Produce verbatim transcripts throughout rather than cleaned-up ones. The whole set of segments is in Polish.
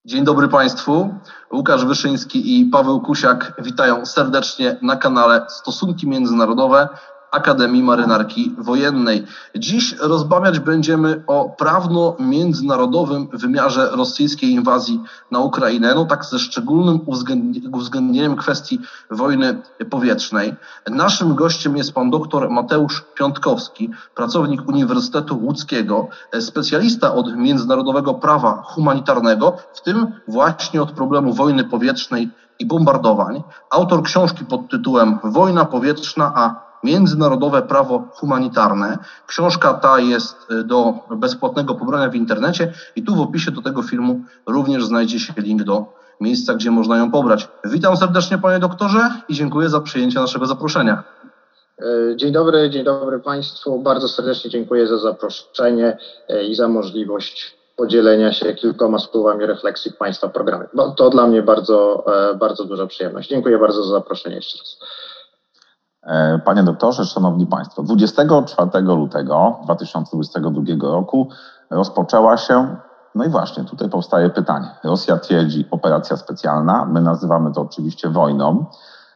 Dzień dobry Państwu. Łukasz Wyszyński i Paweł Kusiak witają serdecznie na kanale Stosunki Międzynarodowe Akademii Marynarki Wojennej. Dziś rozmawiać będziemy o prawno-międzynarodowym wymiarze rosyjskiej inwazji na Ukrainę, no tak ze szczególnym uwzględnieniem kwestii wojny powietrznej. Naszym gościem jest pan dr Mateusz Piątkowski, pracownik Uniwersytetu Łódzkiego, specjalista od międzynarodowego prawa humanitarnego, w tym właśnie od problemu wojny powietrznej i bombardowań. Autor książki pod tytułem Wojna powietrzna a międzynarodowe prawo humanitarne. Książka ta jest do bezpłatnego pobrania w internecie i tu w opisie do tego filmu również znajdzie się link do miejsca, gdzie można ją pobrać. Witam serdecznie panie doktorze i dziękuję za przyjęcie naszego zaproszenia. Dzień dobry, dzień dobry Państwu. Bardzo serdecznie dziękuję za zaproszenie i za możliwość podzielenia się kilkoma słowami refleksji w Państwa programie. Bo to dla mnie bardzo, bardzo duża przyjemność. Dziękuję bardzo za zaproszenie jeszcze raz. Panie doktorze, szanowni państwo, dwudziestego czwartego lutego dwa tysiące dwudziestego drugiego roku rozpoczęła się, no i właśnie tutaj powstaje pytanie. Rosja twierdzi operacja specjalna, my nazywamy to oczywiście wojną.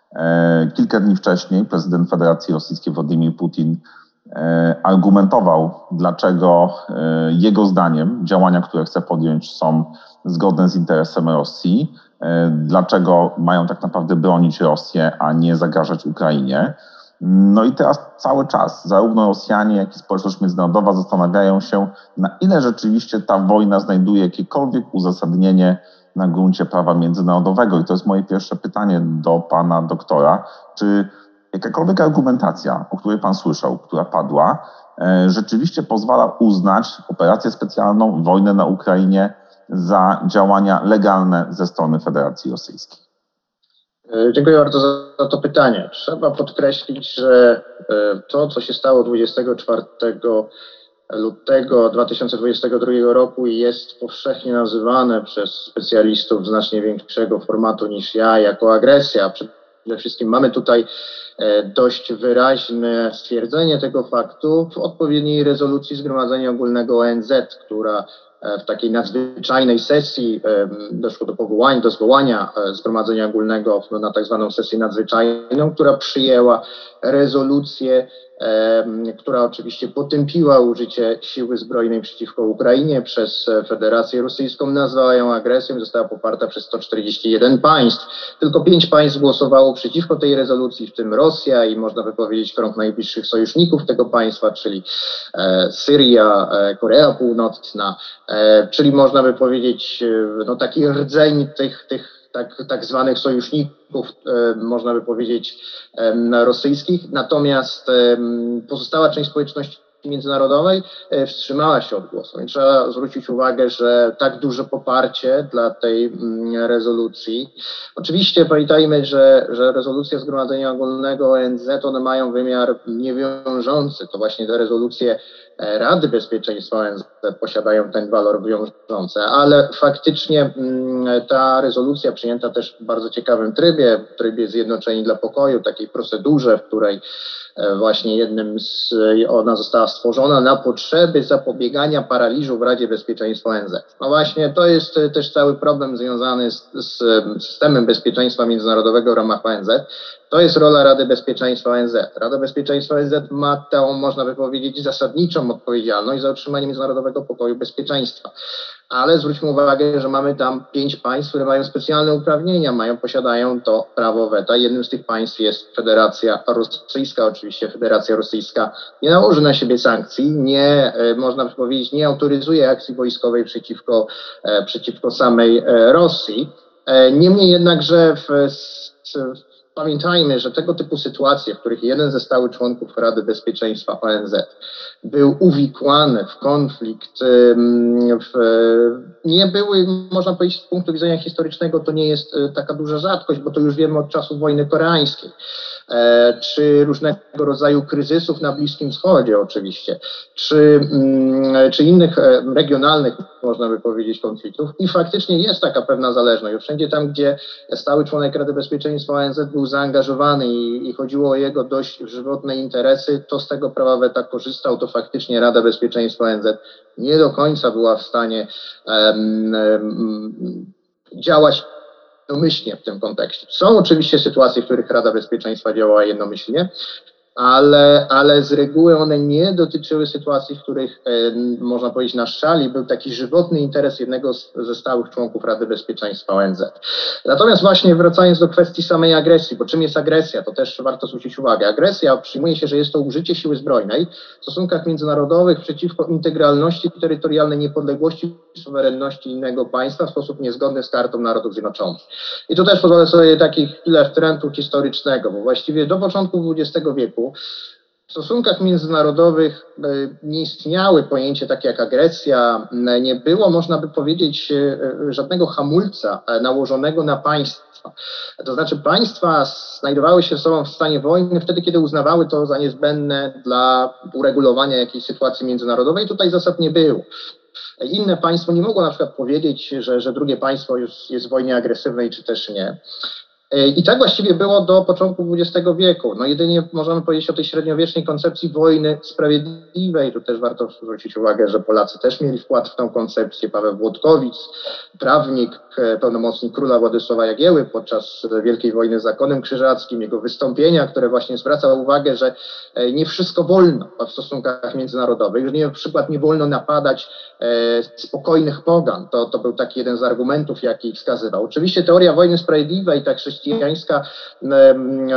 Kilka dni wcześniej prezydent Federacji Rosyjskiej Władimir Putin argumentował, dlaczego jego zdaniem działania, które chce podjąć, są zgodne z interesem Rosji. Dlaczego mają tak naprawdę bronić Rosję, a nie zagrażać Ukrainie. No i teraz cały czas zarówno Rosjanie, jak i społeczność międzynarodowa zastanawiają się, na ile rzeczywiście ta wojna znajduje jakiekolwiek uzasadnienie na gruncie prawa międzynarodowego. I to jest moje pierwsze pytanie do pana doktora. Czy jakakolwiek argumentacja, o której pan słyszał, która padła, rzeczywiście pozwala uznać operację specjalną, wojnę na Ukrainie za działania legalne ze strony Federacji Rosyjskiej? Dziękuję bardzo za to pytanie. Trzeba podkreślić, że to, co się stało dwudziestego czwartego lutego dwa tysiące dwudziestego drugiego roku jest powszechnie nazywane przez specjalistów znacznie większego formatu niż ja jako agresja. Przede wszystkim mamy tutaj dość wyraźne stwierdzenie tego faktu w odpowiedniej rezolucji Zgromadzenia Ogólnego O N Z, która w takiej nadzwyczajnej sesji doszło do powołania, do zwołania Zgromadzenia Ogólnego na tak zwaną sesję nadzwyczajną, która przyjęła rezolucję, która oczywiście potępiła użycie siły zbrojnej przeciwko Ukrainie przez Federację Rosyjską, nazwała ją agresją, została poparta przez sto czterdzieści jeden państw. Tylko pięć państw głosowało przeciwko tej rezolucji, w tym Rosja i można by powiedzieć krąg najbliższych sojuszników tego państwa, czyli Syria, Korea Północna, czyli można by powiedzieć no, taki rdzeń tych, tych tak, tak zwanych sojuszników, e, można by powiedzieć, e, rosyjskich. Natomiast e, pozostała część społeczności międzynarodowej e, wstrzymała się od głosu. I trzeba zwrócić uwagę, że tak duże poparcie dla tej mm, rezolucji. Oczywiście pamiętajmy, że, że rezolucje Zgromadzenia Ogólnego O N Z, one mają wymiar niewiążący. To właśnie te rezolucje Rady Bezpieczeństwa O N Z posiadają ten walor wiążący, ale faktycznie ta rezolucja przyjęta też w bardzo ciekawym trybie, w trybie Zjednoczeni dla Pokoju, takiej procedurze, w której właśnie jednym z, ona została stworzona na potrzeby zapobiegania paraliżu w Radzie Bezpieczeństwa O N Z. No właśnie to jest też cały problem związany z, z systemem bezpieczeństwa międzynarodowego w ramach O N Z. To jest rola Rady Bezpieczeństwa O N Z. Rada Bezpieczeństwa O N Z ma tę, można by powiedzieć, zasadniczą odpowiedzialność za utrzymanie międzynarodowego pokoju i bezpieczeństwa. Ale zwróćmy uwagę, że mamy tam pięć państw, które mają specjalne uprawnienia, mają, posiadają to prawo weta. Jednym z tych państw jest Federacja Rosyjska. Oczywiście Federacja Rosyjska nie nałoży na siebie sankcji, nie, można by powiedzieć, nie autoryzuje akcji wojskowej przeciwko, przeciwko samej Rosji. Niemniej jednakże w, w pamiętajmy, że tego typu sytuacje, w których jeden ze stałych członków Rady Bezpieczeństwa O N Z był uwikłany w konflikt, w, nie były, można powiedzieć, z punktu widzenia historycznego, to nie jest taka duża rzadkość, bo to już wiemy od czasów wojny koreańskiej, czy różnego rodzaju kryzysów na Bliskim Wschodzie oczywiście, czy, czy innych regionalnych, można by powiedzieć, konfliktów. I faktycznie jest taka pewna zależność. Wszędzie tam, gdzie stały członek Rady Bezpieczeństwa O N Z był zaangażowany i, i chodziło o jego dość żywotne interesy, to z tego prawa weta korzystał, to faktycznie Rada Bezpieczeństwa O N Z nie do końca była w stanie um, um, działać jednomyślnie w tym kontekście. Są oczywiście sytuacje, w których Rada Bezpieczeństwa działała jednomyślnie, ale, ale z reguły one nie dotyczyły sytuacji, w których, e, można powiedzieć, na szali był taki żywotny interes jednego z, ze stałych członków Rady Bezpieczeństwa O N Z. Natomiast właśnie wracając do kwestii samej agresji, bo czym jest agresja, to też warto zwrócić uwagę. Agresja przyjmuje się, że jest to użycie siły zbrojnej w stosunkach międzynarodowych przeciwko integralności terytorialnej, niepodległości, suwerenności innego państwa w sposób niezgodny z Kartą Narodów Zjednoczonych. I tu też pozwolę sobie takich chwilę wtrętu historycznego, bo właściwie do początku dwudziestego wieku w stosunkach międzynarodowych nie istniały pojęcie takie jak agresja, nie było, można by powiedzieć, żadnego hamulca nałożonego na państwa. To znaczy państwa znajdowały się ze sobą w stanie wojny wtedy, kiedy uznawały to za niezbędne dla uregulowania jakiejś sytuacji międzynarodowej. Tutaj zasad nie było. Inne państwo nie mogło na przykład powiedzieć, że, że drugie państwo już jest w wojnie agresywnej, czy też nie. I tak właściwie było do początku dwudziestego wieku. No jedynie możemy powiedzieć o tej średniowiecznej koncepcji wojny sprawiedliwej. Tu też warto zwrócić uwagę, że Polacy też mieli wkład w tę koncepcję. Paweł Włodkowicz, prawnik, pełnomocnik króla Władysława Jagieły podczas Wielkiej Wojny z zakonem krzyżackim, jego wystąpienia, które właśnie zwraca uwagę, że nie wszystko wolno w stosunkach międzynarodowych, że nie, na przykład nie wolno napadać e, spokojnych pogan. To, to był taki jeden z argumentów, jaki wskazywał. Oczywiście teoria wojny sprawiedliwej, ta chrześcijańska, e, e,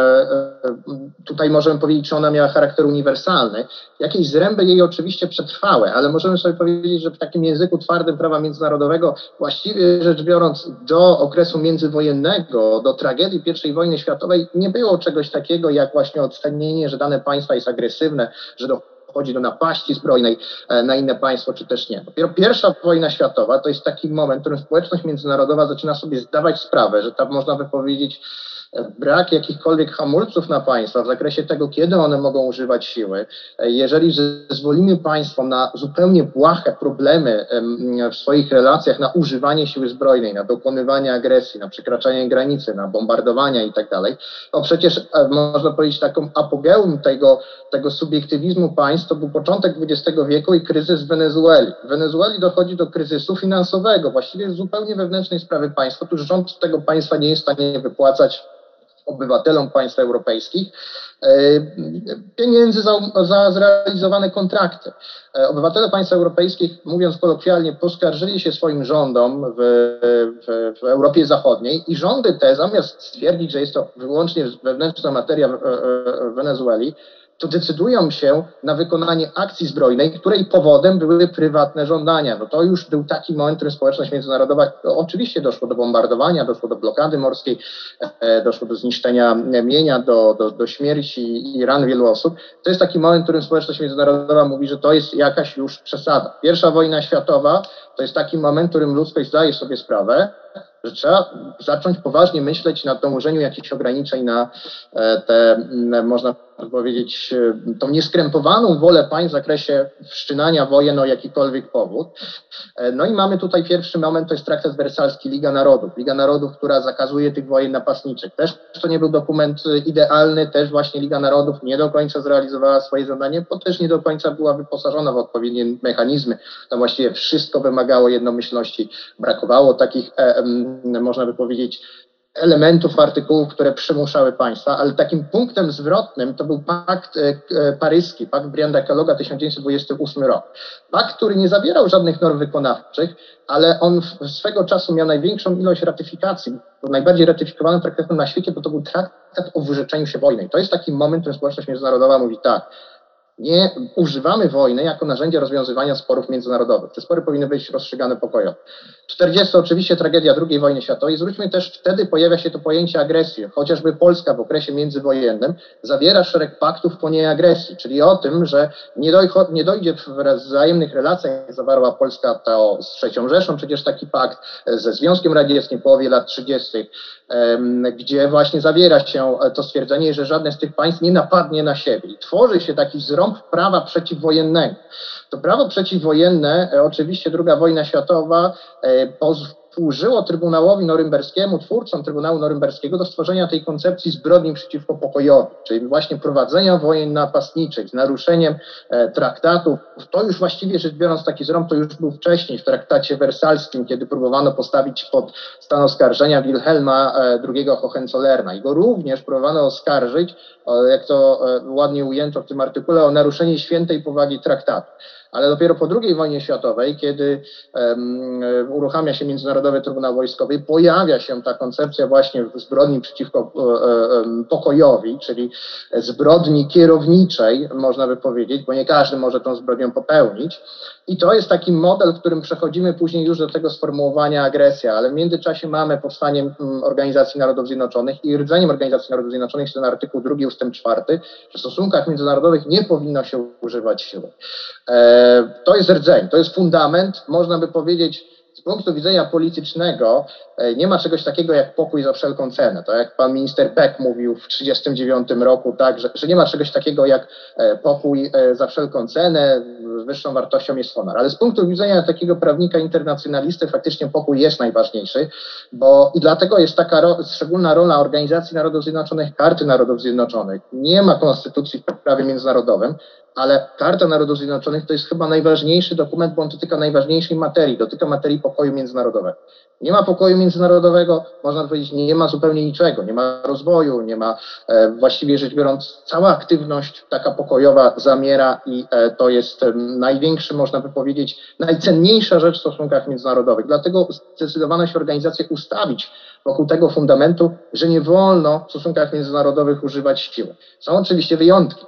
tutaj możemy powiedzieć, że ona miała charakter uniwersalny. Jakieś zręby jej oczywiście przetrwały, ale możemy sobie powiedzieć, że w takim języku twardym prawa międzynarodowego, właściwie rzecz biorąc, do okresu międzywojennego, do tragedii pierwszej wojny światowej, nie było czegoś takiego jak właśnie odstępnienie, że dane państwo jest agresywne, że dochodzi do napaści zbrojnej na inne państwo, czy też nie. Dopiero pierwsza wojna światowa to jest taki moment, w którym społeczność międzynarodowa zaczyna sobie zdawać sprawę, że tam można by powiedzieć, brak jakichkolwiek hamulców na państwa w zakresie tego, kiedy one mogą używać siły. Jeżeli zezwolimy państwom na zupełnie błahe problemy w swoich relacjach, na używanie siły zbrojnej, na dokonywanie agresji, na przekraczanie granicy, na bombardowania i tak dalej, to przecież można powiedzieć taką apogeum tego, tego subiektywizmu państw to był początek dwudziestego wieku i kryzys w Wenezueli. W Wenezueli dochodzi do kryzysu finansowego, właściwie zupełnie wewnętrznej sprawy państwa. Otóż rząd tego państwa nie jest w stanie wypłacać obywatelom państw europejskich pieniędzy za, za zrealizowane kontrakty. Obywatele państw europejskich, mówiąc kolokwialnie, poskarżyli się swoim rządom w, w, w Europie Zachodniej i rządy te, zamiast stwierdzić, że jest to wyłącznie wewnętrzna materia w, w Wenezueli, to decydują się na wykonanie akcji zbrojnej, której powodem były prywatne żądania. No to już był taki moment, w którym społeczność międzynarodowa, no oczywiście doszło do bombardowania, doszło do blokady morskiej, e, doszło do zniszczenia mienia, do, do, do śmierci i ran wielu osób. To jest taki moment, w którym społeczność międzynarodowa mówi, że to jest jakaś już przesada. Pierwsza wojna światowa to jest taki moment, w którym ludzkość zdaje sobie sprawę, że trzeba zacząć poważnie myśleć nad dołożeniu jakichś ograniczeń na te, można powiedzieć, tą nieskrępowaną wolę państw w zakresie wszczynania wojen o jakikolwiek powód. No i mamy tutaj pierwszy moment, to jest traktat wersalski, Liga Narodów. Liga Narodów, która zakazuje tych wojen napastniczych. Też to nie był dokument idealny, też właśnie Liga Narodów nie do końca zrealizowała swoje zadanie, bo też nie do końca była wyposażona w odpowiednie mechanizmy. To właściwie wszystko wymagało jednomyślności. Brakowało takich, można by powiedzieć, elementów, artykułów, które przymuszały państwa, ale takim punktem zwrotnym to był pakt e, paryski, pakt Brianda-Kelloga tysiąc dziewięćset dwudziesty ósmy rok. Pakt, który nie zawierał żadnych norm wykonawczych, ale on w, swego czasu miał największą ilość ratyfikacji, był najbardziej ratyfikowanym traktatem na świecie, bo to był traktat o wyrzeczeniu się wojny. I to jest taki moment, w którym społeczność międzynarodowa mówi tak, nie używamy wojny jako narzędzia rozwiązywania sporów międzynarodowych. Te spory powinny być rozstrzygane pokojowo. czterdziesty oczywiście tragedia drugiej wojny światowej. Zwróćmy też, wtedy pojawia się to pojęcie agresji. Chociażby Polska w okresie międzywojennym zawiera szereg paktów po niej agresji, czyli o tym, że nie, doj- nie dojdzie w wzajemnych relacjach, zawarła Polska to z trzecią Rzeszą, przecież taki pakt ze Związkiem Radzieckim w połowie lat trzydziestych, gdzie właśnie zawiera się to stwierdzenie, że żadne z tych państw nie napadnie na siebie. I tworzy się taki zrąb prawa przeciwwojennego. To prawo przeciwwojenne, oczywiście druga wojna światowa służyło Trybunałowi Norymberskiemu, twórcom Trybunału Norymberskiego do stworzenia tej koncepcji zbrodni przeciwko pokojowi, czyli właśnie prowadzenia wojen napastniczych z naruszeniem e, traktatów. To już właściwie rzecz biorąc taki zrąb to już był wcześniej w traktacie wersalskim, kiedy próbowano postawić pod stan oskarżenia Wilhelma e, drugiego Hohenzollerna i go również próbowano oskarżyć, e, jak to e, ładnie ujęto w tym artykule, o naruszenie świętej powagi traktatu. Ale dopiero po drugiej wojnie światowej, kiedy um, uruchamia się Międzynarodowy Trybunał Wojskowy, pojawia się ta koncepcja właśnie zbrodni przeciwko um, pokojowi, czyli zbrodni kierowniczej, można by powiedzieć, bo nie każdy może tą zbrodnią popełnić. I to jest taki model, w którym przechodzimy później już do tego sformułowania agresja, ale w międzyczasie mamy powstanie Organizacji Narodów Zjednoczonych i rdzeniem Organizacji Narodów Zjednoczonych jest ten artykuł drugi ustęp czwarty, że w stosunkach międzynarodowych nie powinno się używać siły. E, to jest rdzeń, to jest fundament, można by powiedzieć, z punktu widzenia politycznego nie ma czegoś takiego jak pokój za wszelką cenę. To jak pan minister Beck mówił w tysiąc dziewięćset trzydziestym dziewiątym roku, tak, że, że nie ma czegoś takiego jak pokój za wszelką cenę, wyższą wartością jest honor. Ale z punktu widzenia takiego prawnika internacjonalisty faktycznie pokój jest najważniejszy, bo i dlatego jest taka ro, szczególna rola Organizacji Narodów Zjednoczonych, Karty Narodów Zjednoczonych. Nie ma konstytucji w prawie międzynarodowym, ale Karta Narodów Zjednoczonych to jest chyba najważniejszy dokument, bo on dotyka najważniejszej materii, dotyka materii pokoju międzynarodowego. Nie ma pokoju międzynarodowego, można powiedzieć, nie ma zupełnie niczego, nie ma rozwoju, nie ma, e, właściwie rzecz biorąc, cała aktywność taka pokojowa zamiera i e, to jest e, największy, można by powiedzieć, najcenniejsza rzecz w stosunkach międzynarodowych. Dlatego zdecydowano się organizację ustawić wokół tego fundamentu, że nie wolno w stosunkach międzynarodowych używać siły. Są oczywiście wyjątki.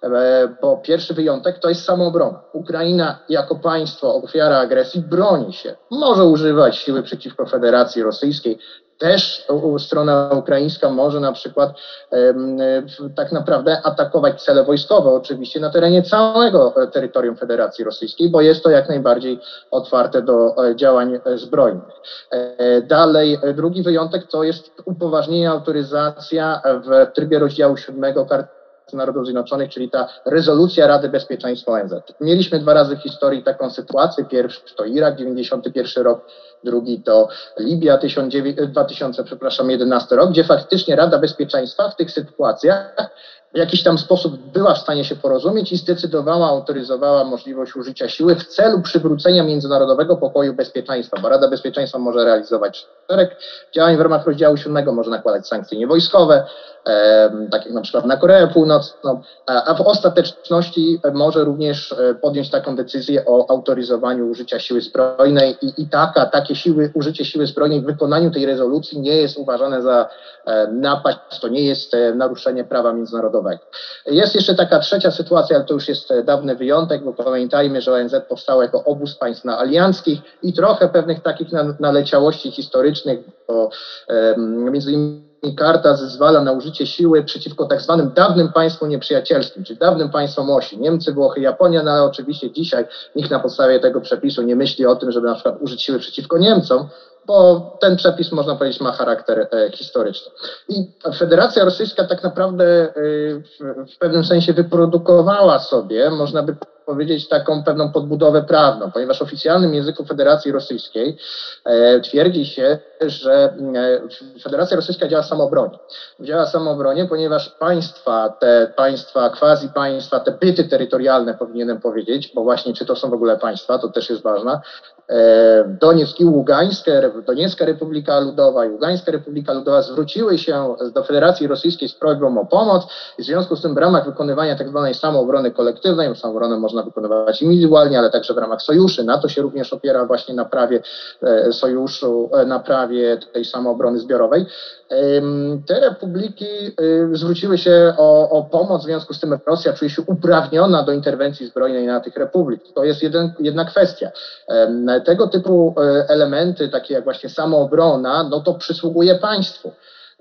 Bo pierwszy wyjątek to jest samoobrona. Ukraina jako państwo, ofiara agresji, broni się. Może używać siły przeciwko Federacji Rosyjskiej. Też strona ukraińska może na przykład um, tak naprawdę atakować cele wojskowe, oczywiście na terenie całego terytorium Federacji Rosyjskiej, bo jest to jak najbardziej otwarte do działań zbrojnych. Dalej, drugi wyjątek to jest upoważnienie, autoryzacja w trybie rozdziału siódmego Karty Narodów Zjednoczonych, czyli ta rezolucja Rady Bezpieczeństwa O N Z. Mieliśmy dwa razy w historii taką sytuację. Pierwszy to Irak, dziewięćdziesiąty pierwszy rok, drugi to Libia, dwa tysiące jedenasty rok, gdzie faktycznie Rada Bezpieczeństwa w tych sytuacjach w jakiś tam sposób była w stanie się porozumieć i zdecydowała, autoryzowała możliwość użycia siły w celu przywrócenia międzynarodowego pokoju bezpieczeństwa, bo Rada Bezpieczeństwa może realizować szereg działań w ramach rozdziału siódmego, może nakładać sankcje niewojskowe, e, tak jak na przykład na Koreę Północną, a, a w ostateczności może również podjąć taką decyzję o autoryzowaniu użycia siły zbrojnej i, i taka, takie siły, użycie siły zbrojnej w wykonaniu tej rezolucji nie jest uważane za e, napaść, to nie jest e, naruszenie prawa międzynarodowego. Jest jeszcze taka trzecia sytuacja, ale to już jest dawny wyjątek, bo pamiętajmy, że O N Z powstało jako obóz państw alianckich i trochę pewnych takich naleciałości historycznych, bo um, między innymi Karta zezwala na użycie siły przeciwko tak zwanym dawnym państwom nieprzyjacielskim, czyli dawnym państwom osi, Niemcy, Włochy, Japonia, no ale oczywiście dzisiaj nikt na podstawie tego przepisu nie myśli o tym, żeby na przykład użyć siły przeciwko Niemcom, bo ten przepis, można powiedzieć, ma charakter e, historyczny. I Federacja Rosyjska tak naprawdę e, w, w pewnym sensie wyprodukowała sobie, można by powiedzieć, taką pewną podbudowę prawną, ponieważ w oficjalnym języku Federacji Rosyjskiej e, twierdzi się, że e, Federacja Rosyjska działa samoobronie. Działa samoobronie, ponieważ państwa, te państwa, quasi państwa, te byty terytorialne, powinienem powiedzieć, bo właśnie czy to są w ogóle państwa, to też jest ważne, e, Donieck i Ługańskie, Doniecka Republika Ludowa i Ługańska Republika Ludowa zwróciły się do Federacji Rosyjskiej z prośbą o pomoc i w związku z tym w ramach wykonywania tak zwanej samoobrony kolektywnej, samoobronę można wykonywać indywidualnie, ale także w ramach sojuszy. NATO się również opiera właśnie na prawie e, sojuszu, e, na prawie tej samoobrony zbiorowej. E, te republiki e, zwróciły się o, o pomoc, w związku z tym Rosja czuje się uprawniona do interwencji zbrojnej na tych republik. To jest jeden, jedna kwestia. E, tego typu e, elementy, takie jak właśnie samoobrona, no to przysługuje państwu.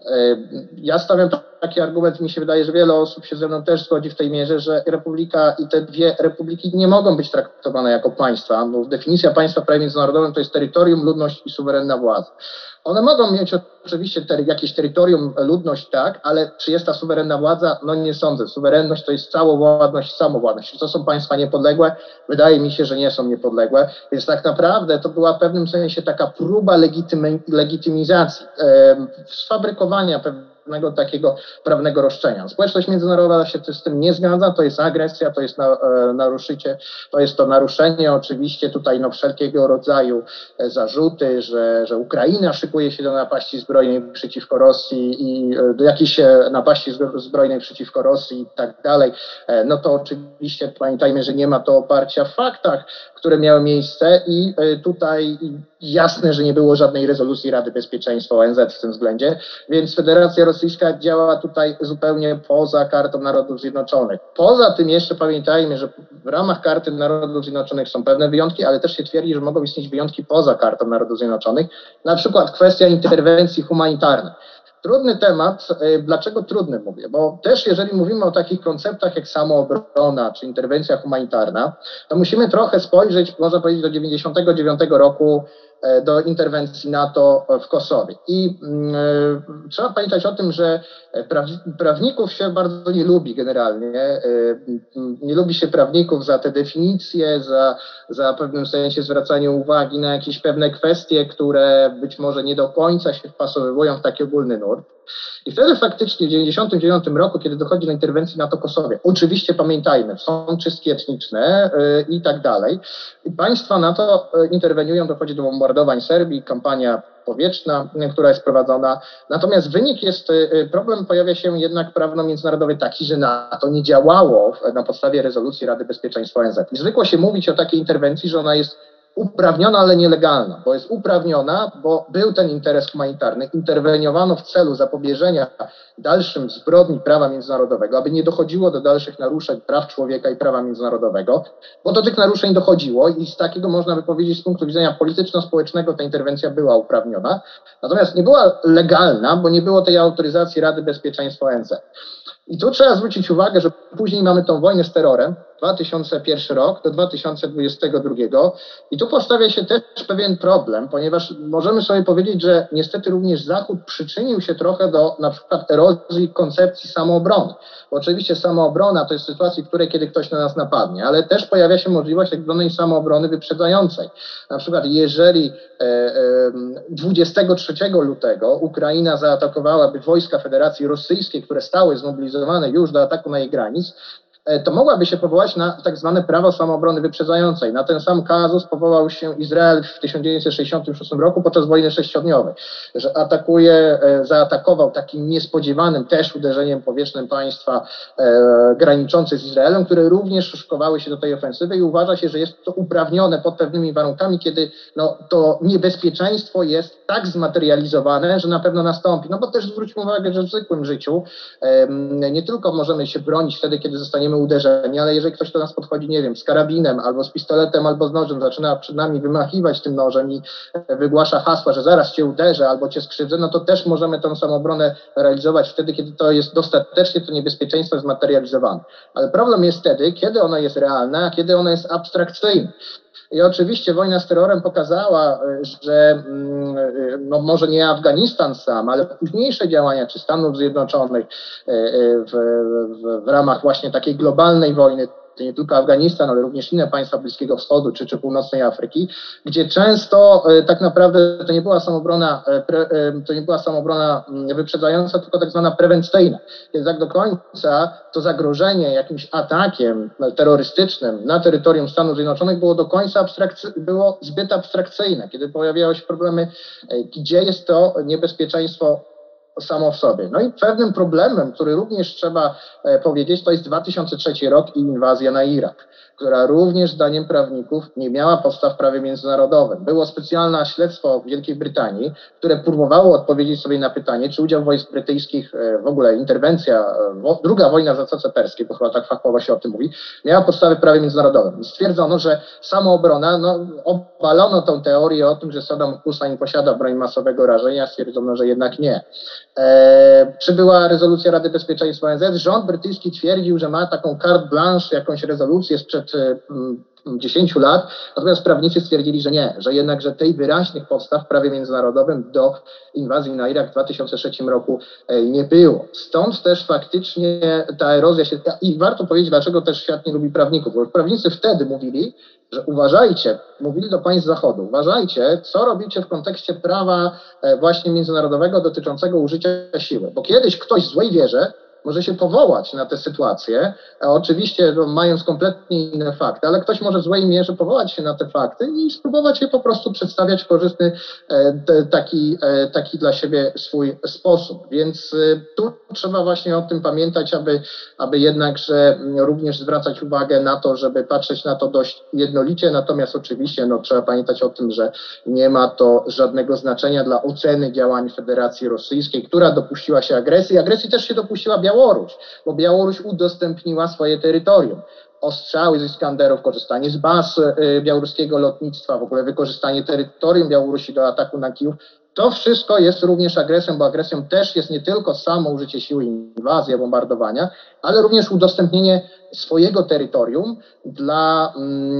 Ja stawiam taki argument, mi się wydaje, że wiele osób się ze mną też zgodzi w tej mierze, że republika i te dwie republiki nie mogą być traktowane jako państwa, bo definicja państwa w prawie międzynarodowym to jest terytorium, ludność i suwerenna władza. One mogą mieć oczywiście ter, jakieś terytorium, ludność, tak, ale czy jest ta suwerenna władza? No nie sądzę. Suwerenność to jest całowładność, samowładność. Czy to są państwa niepodległe? Wydaje mi się, że nie są niepodległe. Więc tak naprawdę to była w pewnym sensie taka próba legitymi, legitymizacji, e, sfabrykowania pewnego takiego prawnego roszczenia. Społeczność międzynarodowa się z tym nie zgadza, to jest agresja, to jest na, e, naruszycie, to jest to naruszenie oczywiście tutaj no, wszelkiego rodzaju zarzuty, że, że Ukraina szykuje się do napaści zbrojnej przeciwko Rosji i do jakiejś napaści zbrojnej przeciwko Rosji i tak dalej, no to oczywiście pamiętajmy, że nie ma to oparcia w faktach, które miały miejsce i tutaj jasne, że nie było żadnej rezolucji Rady Bezpieczeństwa O N Z w tym względzie, więc Federacja Rosyjska działa tutaj zupełnie poza Kartą Narodów Zjednoczonych. Poza tym jeszcze pamiętajmy, że w ramach Karty Narodów Zjednoczonych są pewne wyjątki, ale też się twierdzi, że mogą istnieć wyjątki poza Kartą Narodów Zjednoczonych, na przykład kwestia interwencji humanitarnej. Trudny temat. Dlaczego trudny mówię? Bo też jeżeli mówimy o takich konceptach jak samoobrona czy interwencja humanitarna, to musimy trochę spojrzeć, można powiedzieć, do dziewięćdziesiątego dziewiątego roku, do interwencji NATO w Kosowie. I y, trzeba pamiętać o tym, że praw, prawników się bardzo nie lubi generalnie. Y, nie lubi się prawników za te definicje, za, za w pewnym sensie zwracanie uwagi na jakieś pewne kwestie, które być może nie do końca się wpasowują w taki ogólny nurt. I wtedy faktycznie w dziewięćdziesiątym dziewiątym roku, kiedy dochodzi do interwencji NATO w Kosowie, oczywiście pamiętajmy, są czystki etniczne yy, i tak dalej. I państwa NATO interweniują, dochodzi do bombardowań Serbii, kampania powietrzna, która jest prowadzona. Natomiast wynik jest, problem pojawia się jednak prawno-międzynarodowy taki, że NATO nie działało na podstawie rezolucji Rady Bezpieczeństwa O N Z. I zwykło się mówić o takiej interwencji, że ona jest uprawniona, ale nielegalna, bo jest uprawniona, bo był ten interes humanitarny, interweniowano w celu zapobieżenia dalszym zbrodni prawa międzynarodowego, aby nie dochodziło do dalszych naruszeń praw człowieka i prawa międzynarodowego, bo do tych naruszeń dochodziło i z takiego można by powiedzieć z punktu widzenia polityczno-społecznego ta interwencja była uprawniona, natomiast nie była legalna, bo nie było tej autoryzacji Rady Bezpieczeństwa O N Z. I tu trzeba zwrócić uwagę, że później mamy tą wojnę z terrorem, dwa tysiące pierwszy rok do dwa tysiące dwudziestego drugiego i tu postawia się też pewien problem, ponieważ możemy sobie powiedzieć, że niestety również Zachód przyczynił się trochę do na przykład erozji koncepcji samoobrony. Bo oczywiście samoobrona to jest sytuacja, w której kiedy ktoś na nas napadnie, ale też pojawia się możliwość tak zwanej samoobrony wyprzedzającej. Na przykład jeżeli e, e, dwudziestego trzeciego lutego Ukraina zaatakowałaby wojska Federacji Rosyjskiej, które stały zmobilizowane już do ataku na jej granic, to mogłaby się powołać na tak zwane prawo samoobrony wyprzedzającej. Na ten sam kazus powołał się Izrael w tysiąc dziewięćset sześćdziesiątym szóstym roku podczas wojny sześciodniowej, że atakuje, zaatakował takim niespodziewanym też uderzeniem powietrznym państwa e, graniczące z Izraelem, które również szykowały się do tej ofensywy i uważa się, że jest to uprawnione pod pewnymi warunkami, kiedy no, to niebezpieczeństwo jest tak zmaterializowane, że na pewno nastąpi. No bo też zwróćmy uwagę, że w zwykłym życiu e, nie tylko możemy się bronić wtedy, kiedy zostaniemy uderzeni, ale jeżeli ktoś do nas podchodzi, nie wiem, z karabinem, albo z pistoletem, albo z nożem, zaczyna przed nami wymachiwać tym nożem i wygłasza hasła, że zaraz cię uderzę albo cię skrzywdzę, no to też możemy tą samoobronę realizować wtedy, kiedy to jest dostatecznie to niebezpieczeństwo zmaterializowane. Ale problem jest wtedy, kiedy ono jest realne, a kiedy ono jest abstrakcyjne. I oczywiście wojna z terrorem pokazała, że no może nie Afganistan sam, ale późniejsze działania czy Stanów Zjednoczonych w, w, w ramach właśnie takiej globalnej wojny, to nie tylko Afganistan, ale również inne państwa Bliskiego Wschodu czy, czy Północnej Afryki, gdzie często e, tak naprawdę to nie była samoobrona, e, pre, e, to nie była samoobrona wyprzedzająca, tylko tak zwana prewencyjna. Kiedy tak do końca to zagrożenie jakimś atakiem terrorystycznym na terytorium Stanów Zjednoczonych było do końca abstrakcy- było zbyt abstrakcyjne, kiedy pojawiały się problemy, e, gdzie jest to niebezpieczeństwo samo w sobie. No i pewnym problemem, który również trzeba e, powiedzieć, to jest dwa tysiące trzeci rok i inwazja na Irak, która również zdaniem prawników nie miała podstaw w prawie międzynarodowym. Było specjalne śledztwo w Wielkiej Brytanii, które próbowało odpowiedzieć sobie na pytanie, czy udział wojsk brytyjskich, e, w ogóle interwencja, e, wo, druga wojna w Zatoce Perskiej, bo chyba tak fachowo się o tym mówi, miała podstawy w prawie międzynarodowym. I stwierdzono, że samoobrona, no obalono tą teorię o tym, że Saddam Hussein posiada broń masowego rażenia, stwierdzono, że jednak nie. E, przybyła rezolucja Rady Bezpieczeństwa O N Z. Rząd brytyjski twierdził, że ma taką carte blanche, jakąś rezolucję sprzed dziesięciu lat, natomiast prawnicy stwierdzili, że nie, że jednak, że tej wyraźnych podstaw w prawie międzynarodowym do inwazji na Irak w dwa tysiące trzecim roku nie było. Stąd też faktycznie ta erozja się... I warto powiedzieć, dlaczego też świat nie lubi prawników, bo prawnicy wtedy mówili, że uważajcie, mówili do państw Zachodu, uważajcie, co robicie w kontekście prawa właśnie międzynarodowego dotyczącego użycia siły, bo kiedyś ktoś w złej wierze może się powołać na tę sytuację, a oczywiście no, mając kompletnie inne fakty, ale ktoś może w złej mierze powołać się na te fakty i spróbować je po prostu przedstawiać w korzystny e, taki, e, taki dla siebie swój sposób. Więc e, tu trzeba właśnie o tym pamiętać, aby, aby jednakże również zwracać uwagę na to, żeby patrzeć na to dość jednolicie, natomiast oczywiście no, trzeba pamiętać o tym, że nie ma to żadnego znaczenia dla oceny działań Federacji Rosyjskiej, która dopuściła się agresji. Agresji też się dopuściła Białoruś, bo Białoruś udostępniła swoje terytorium. Ostrzały z Iskanderów, korzystanie z baz y, białoruskiego lotnictwa, w ogóle wykorzystanie terytorium Białorusi do ataku na Kijów. To wszystko jest również agresją, bo agresją też jest nie tylko samo użycie siły, inwazja, bombardowania, ale również udostępnienie swojego terytorium dla,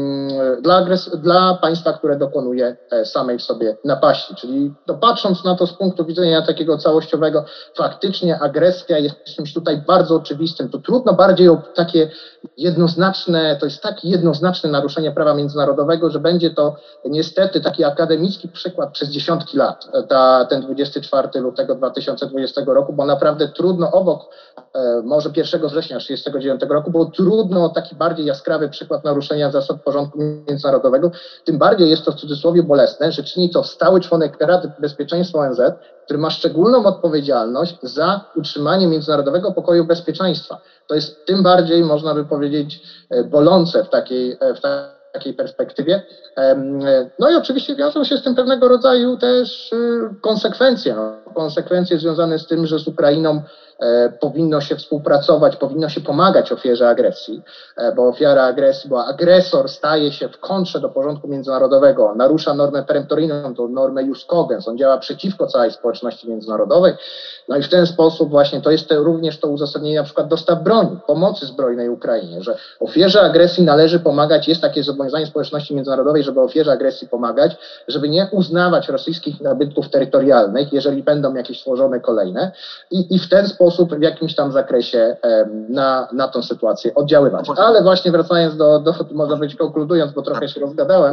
mm, dla, agres- dla państwa, które dokonuje samej w sobie napaści. Czyli to patrząc na to z punktu widzenia takiego całościowego, faktycznie agresja jest czymś tutaj bardzo oczywistym. To trudno bardziej o takie jednoznaczne, to jest tak jednoznaczne naruszenie prawa międzynarodowego, że będzie to niestety taki akademicki przykład przez dziesiątki lat, ta, ten dwudziestego czwartego lutego dwa tysiące dwudziestego roku, bo naprawdę trudno obok e, może pierwszego września tysiąc dziewięćset trzydziestego dziewiątego roku, było trudno o taki bardziej jaskrawy przykład naruszenia zasad porządku międzynarodowego, tym bardziej jest to w cudzysłowie bolesne, że czyni to stały członek Rady Bezpieczeństwa O N Z, który ma szczególną odpowiedzialność za utrzymanie międzynarodowego pokoju i bezpieczeństwa. To jest tym bardziej, można by powiedzieć, bolące w takiej, w takiej perspektywie. No i oczywiście wiążą się z tym pewnego rodzaju też konsekwencje. No, konsekwencje związane z tym, że z Ukrainą powinno się współpracować, powinno się pomagać ofierze agresji, bo ofiara agresji, bo agresor staje się w kontrze do porządku międzynarodowego, narusza normę peremptoryjną, tą normę jus cogens, on działa przeciwko całej społeczności międzynarodowej, no i w ten sposób właśnie to jest te, również to uzasadnienie na przykład dostaw broni, pomocy zbrojnej Ukrainie, że ofierze agresji należy pomagać, jest takie zobowiązanie społeczności międzynarodowej, żeby ofierze agresji pomagać, żeby nie uznawać rosyjskich nabytków terytorialnych, jeżeli będą jakieś tworzone kolejne i, i w ten sposób w jakimś tam zakresie na, na tą sytuację oddziaływać. Ale właśnie wracając do, do można być konkludując, bo trochę się rozgadałem,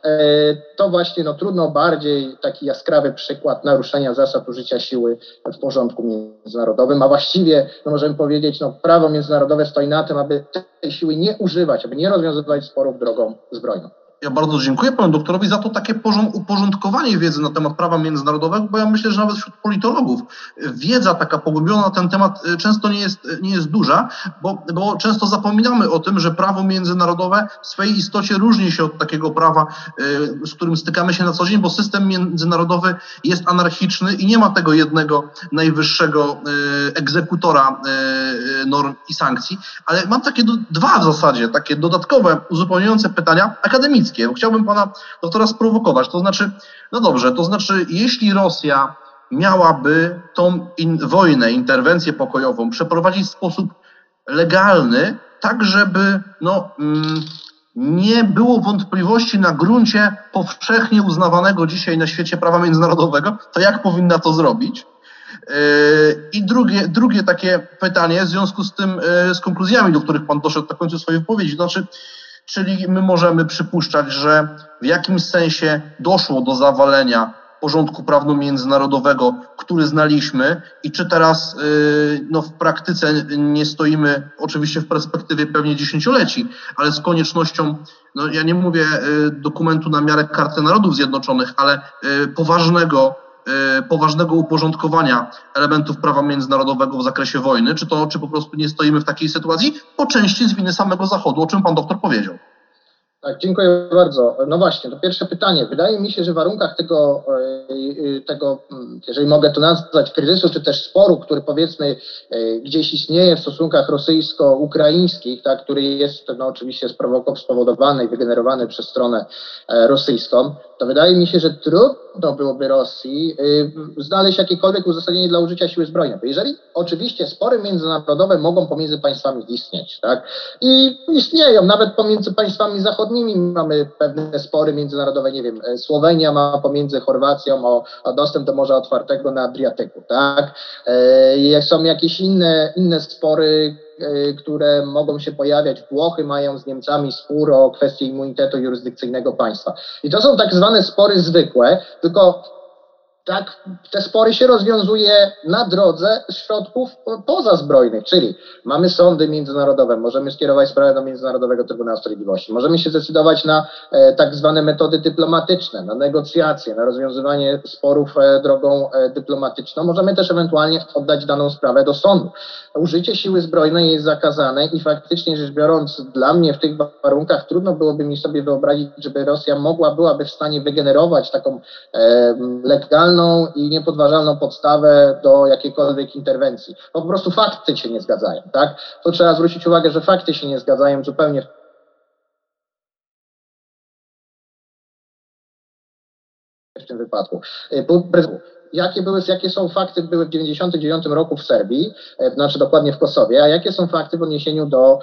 to właśnie no, trudno bardziej taki jaskrawy przykład naruszenia zasad użycia siły w porządku międzynarodowym, a właściwie no, możemy powiedzieć, no, prawo międzynarodowe stoi na tym, aby tej siły nie używać, aby nie rozwiązywać sporów drogą zbrojną. Ja bardzo dziękuję panu doktorowi za to takie uporządkowanie wiedzy na temat prawa międzynarodowego, bo ja myślę, że nawet wśród politologów wiedza taka pogłębiona na ten temat często nie jest, nie jest duża, bo, bo często zapominamy o tym, że prawo międzynarodowe w swojej istocie różni się od takiego prawa, z którym stykamy się na co dzień, bo system międzynarodowy jest anarchiczny i nie ma tego jednego najwyższego egzekutora norm i sankcji, ale mam takie dwa w zasadzie, takie dodatkowe, uzupełniające pytania akademickie. Chciałbym pana doktora sprowokować, to znaczy, no dobrze, to znaczy, jeśli Rosja miałaby tą in, wojnę, interwencję pokojową przeprowadzić w sposób legalny, tak żeby no, mm, nie było wątpliwości na gruncie powszechnie uznawanego dzisiaj na świecie prawa międzynarodowego, to jak powinna to zrobić? I drugie, drugie takie pytanie w związku z tym, z konkluzjami, do których pan doszedł na końcu swojej wypowiedzi, to znaczy, czyli my możemy przypuszczać, że w jakimś sensie doszło do zawalenia porządku prawno-międzynarodowego, który znaliśmy i czy teraz no, w praktyce nie stoimy, oczywiście w perspektywie pewnie dziesięcioleci, ale z koniecznością, no ja nie mówię dokumentu na miarę Karty Narodów Zjednoczonych, ale poważnego poważnego uporządkowania elementów prawa międzynarodowego w zakresie wojny, czy to, czy po prostu nie stoimy w takiej sytuacji, po części z winy samego Zachodu, o czym pan doktor powiedział. Tak, dziękuję bardzo. No właśnie, to pierwsze pytanie. Wydaje mi się, że w warunkach tego, tego, jeżeli mogę to nazwać, kryzysu, czy też sporu, który powiedzmy gdzieś istnieje w stosunkach rosyjsko-ukraińskich, tak, który jest no, oczywiście spowodowany i wygenerowany przez stronę rosyjską, to wydaje mi się, że trudno byłoby Rosji znaleźć jakiekolwiek uzasadnienie dla użycia siły zbrojnej. Bo jeżeli oczywiście spory międzynarodowe mogą pomiędzy państwami istnieć, tak, i istnieją nawet pomiędzy państwami zachodnimi, wschodnimi mamy pewne spory międzynarodowe, nie wiem, Słowenia ma pomiędzy Chorwacją o, o dostęp do Morza Otwartego na Adriatyku, tak? E, są jakieś inne, inne spory, e, które mogą się pojawiać. Włochy mają z Niemcami spór o kwestię immunitetu jurysdykcyjnego państwa. I to są tak zwane spory zwykłe, tylko tak, te spory się rozwiązuje na drodze środków pozazbrojnych, czyli mamy sądy międzynarodowe, możemy skierować sprawę do Międzynarodowego Trybunału Sprawiedliwości, możemy się zdecydować na e, tak zwane metody dyplomatyczne, na negocjacje, na rozwiązywanie sporów e, drogą e, dyplomatyczną, możemy też ewentualnie oddać daną sprawę do sądu. Użycie siły zbrojnej jest zakazane i faktycznie rzecz biorąc, dla mnie w tych warunkach trudno byłoby mi sobie wyobrazić, żeby Rosja mogła, byłaby w stanie wygenerować taką e, legalną i niepodważalną podstawę do jakiejkolwiek interwencji. Bo po prostu fakty się nie zgadzają, tak? To trzeba zwrócić uwagę, że fakty się nie zgadzają zupełnie w tym wypadku. Jakie, były, jakie są fakty były w dziewięćdziesiątym dziewiątym roku w Serbii, znaczy dokładnie w Kosowie, a jakie są fakty w odniesieniu do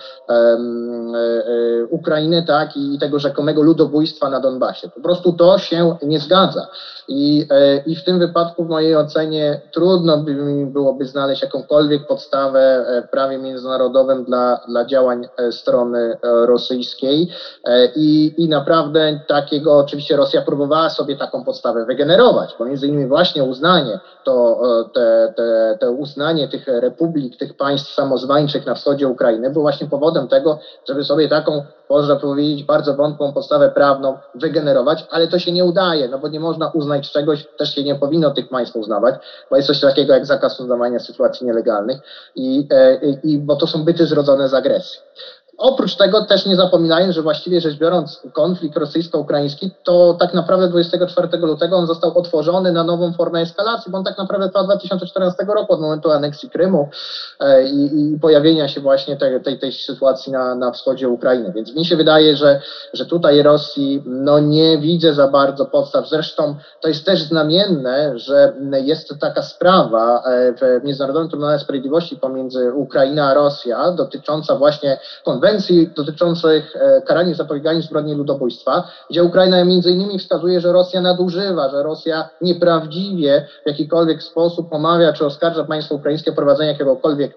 um, e, Ukrainy, tak, i tego rzekomego ludobójstwa na Donbasie. Po prostu to się nie zgadza. I, e, i w tym wypadku w mojej ocenie trudno by mi byłoby znaleźć jakąkolwiek podstawę w prawie międzynarodowym dla, dla działań strony rosyjskiej e, i, i naprawdę takiego, oczywiście Rosja próbowała sobie taką podstawę wygenerować, bo między innymi właśnie uznanie, to te, te, te uznanie tych republik, tych państw samozwańczych na wschodzie Ukrainy było właśnie powodem tego, żeby sobie taką, można powiedzieć, bardzo wątłą podstawę prawną wygenerować, ale to się nie udaje, no bo nie można uznać czegoś, też się nie powinno tych państw uznawać, bo jest coś takiego jak zakaz uznawania sytuacji nielegalnych i, i, i bo to są byty zrodzone z agresji. Oprócz tego też nie zapominając, że właściwie rzecz biorąc konflikt rosyjsko-ukraiński, to tak naprawdę dwudziestego czwartego lutego on został otworzony na nową formę eskalacji, bo on tak naprawdę trwa od dwa tysiące czternastego roku, od momentu aneksji Krymu e, i, i pojawienia się właśnie tej, tej, tej sytuacji na, na wschodzie Ukrainy. Więc mi się wydaje, że, że tutaj Rosji no nie widzę za bardzo podstaw. Zresztą to jest też znamienne, że jest taka sprawa w Międzynarodowym Trybunale Sprawiedliwości pomiędzy Ukrainą a Rosją dotycząca właśnie konwencji dotyczących karania i zapobieganiu zbrodni ludobójstwa, gdzie Ukraina między innymi wskazuje, że Rosja nadużywa, że Rosja nieprawdziwie w jakikolwiek sposób pomawia czy oskarża państwo ukraińskie o prowadzenie jakiegokolwiek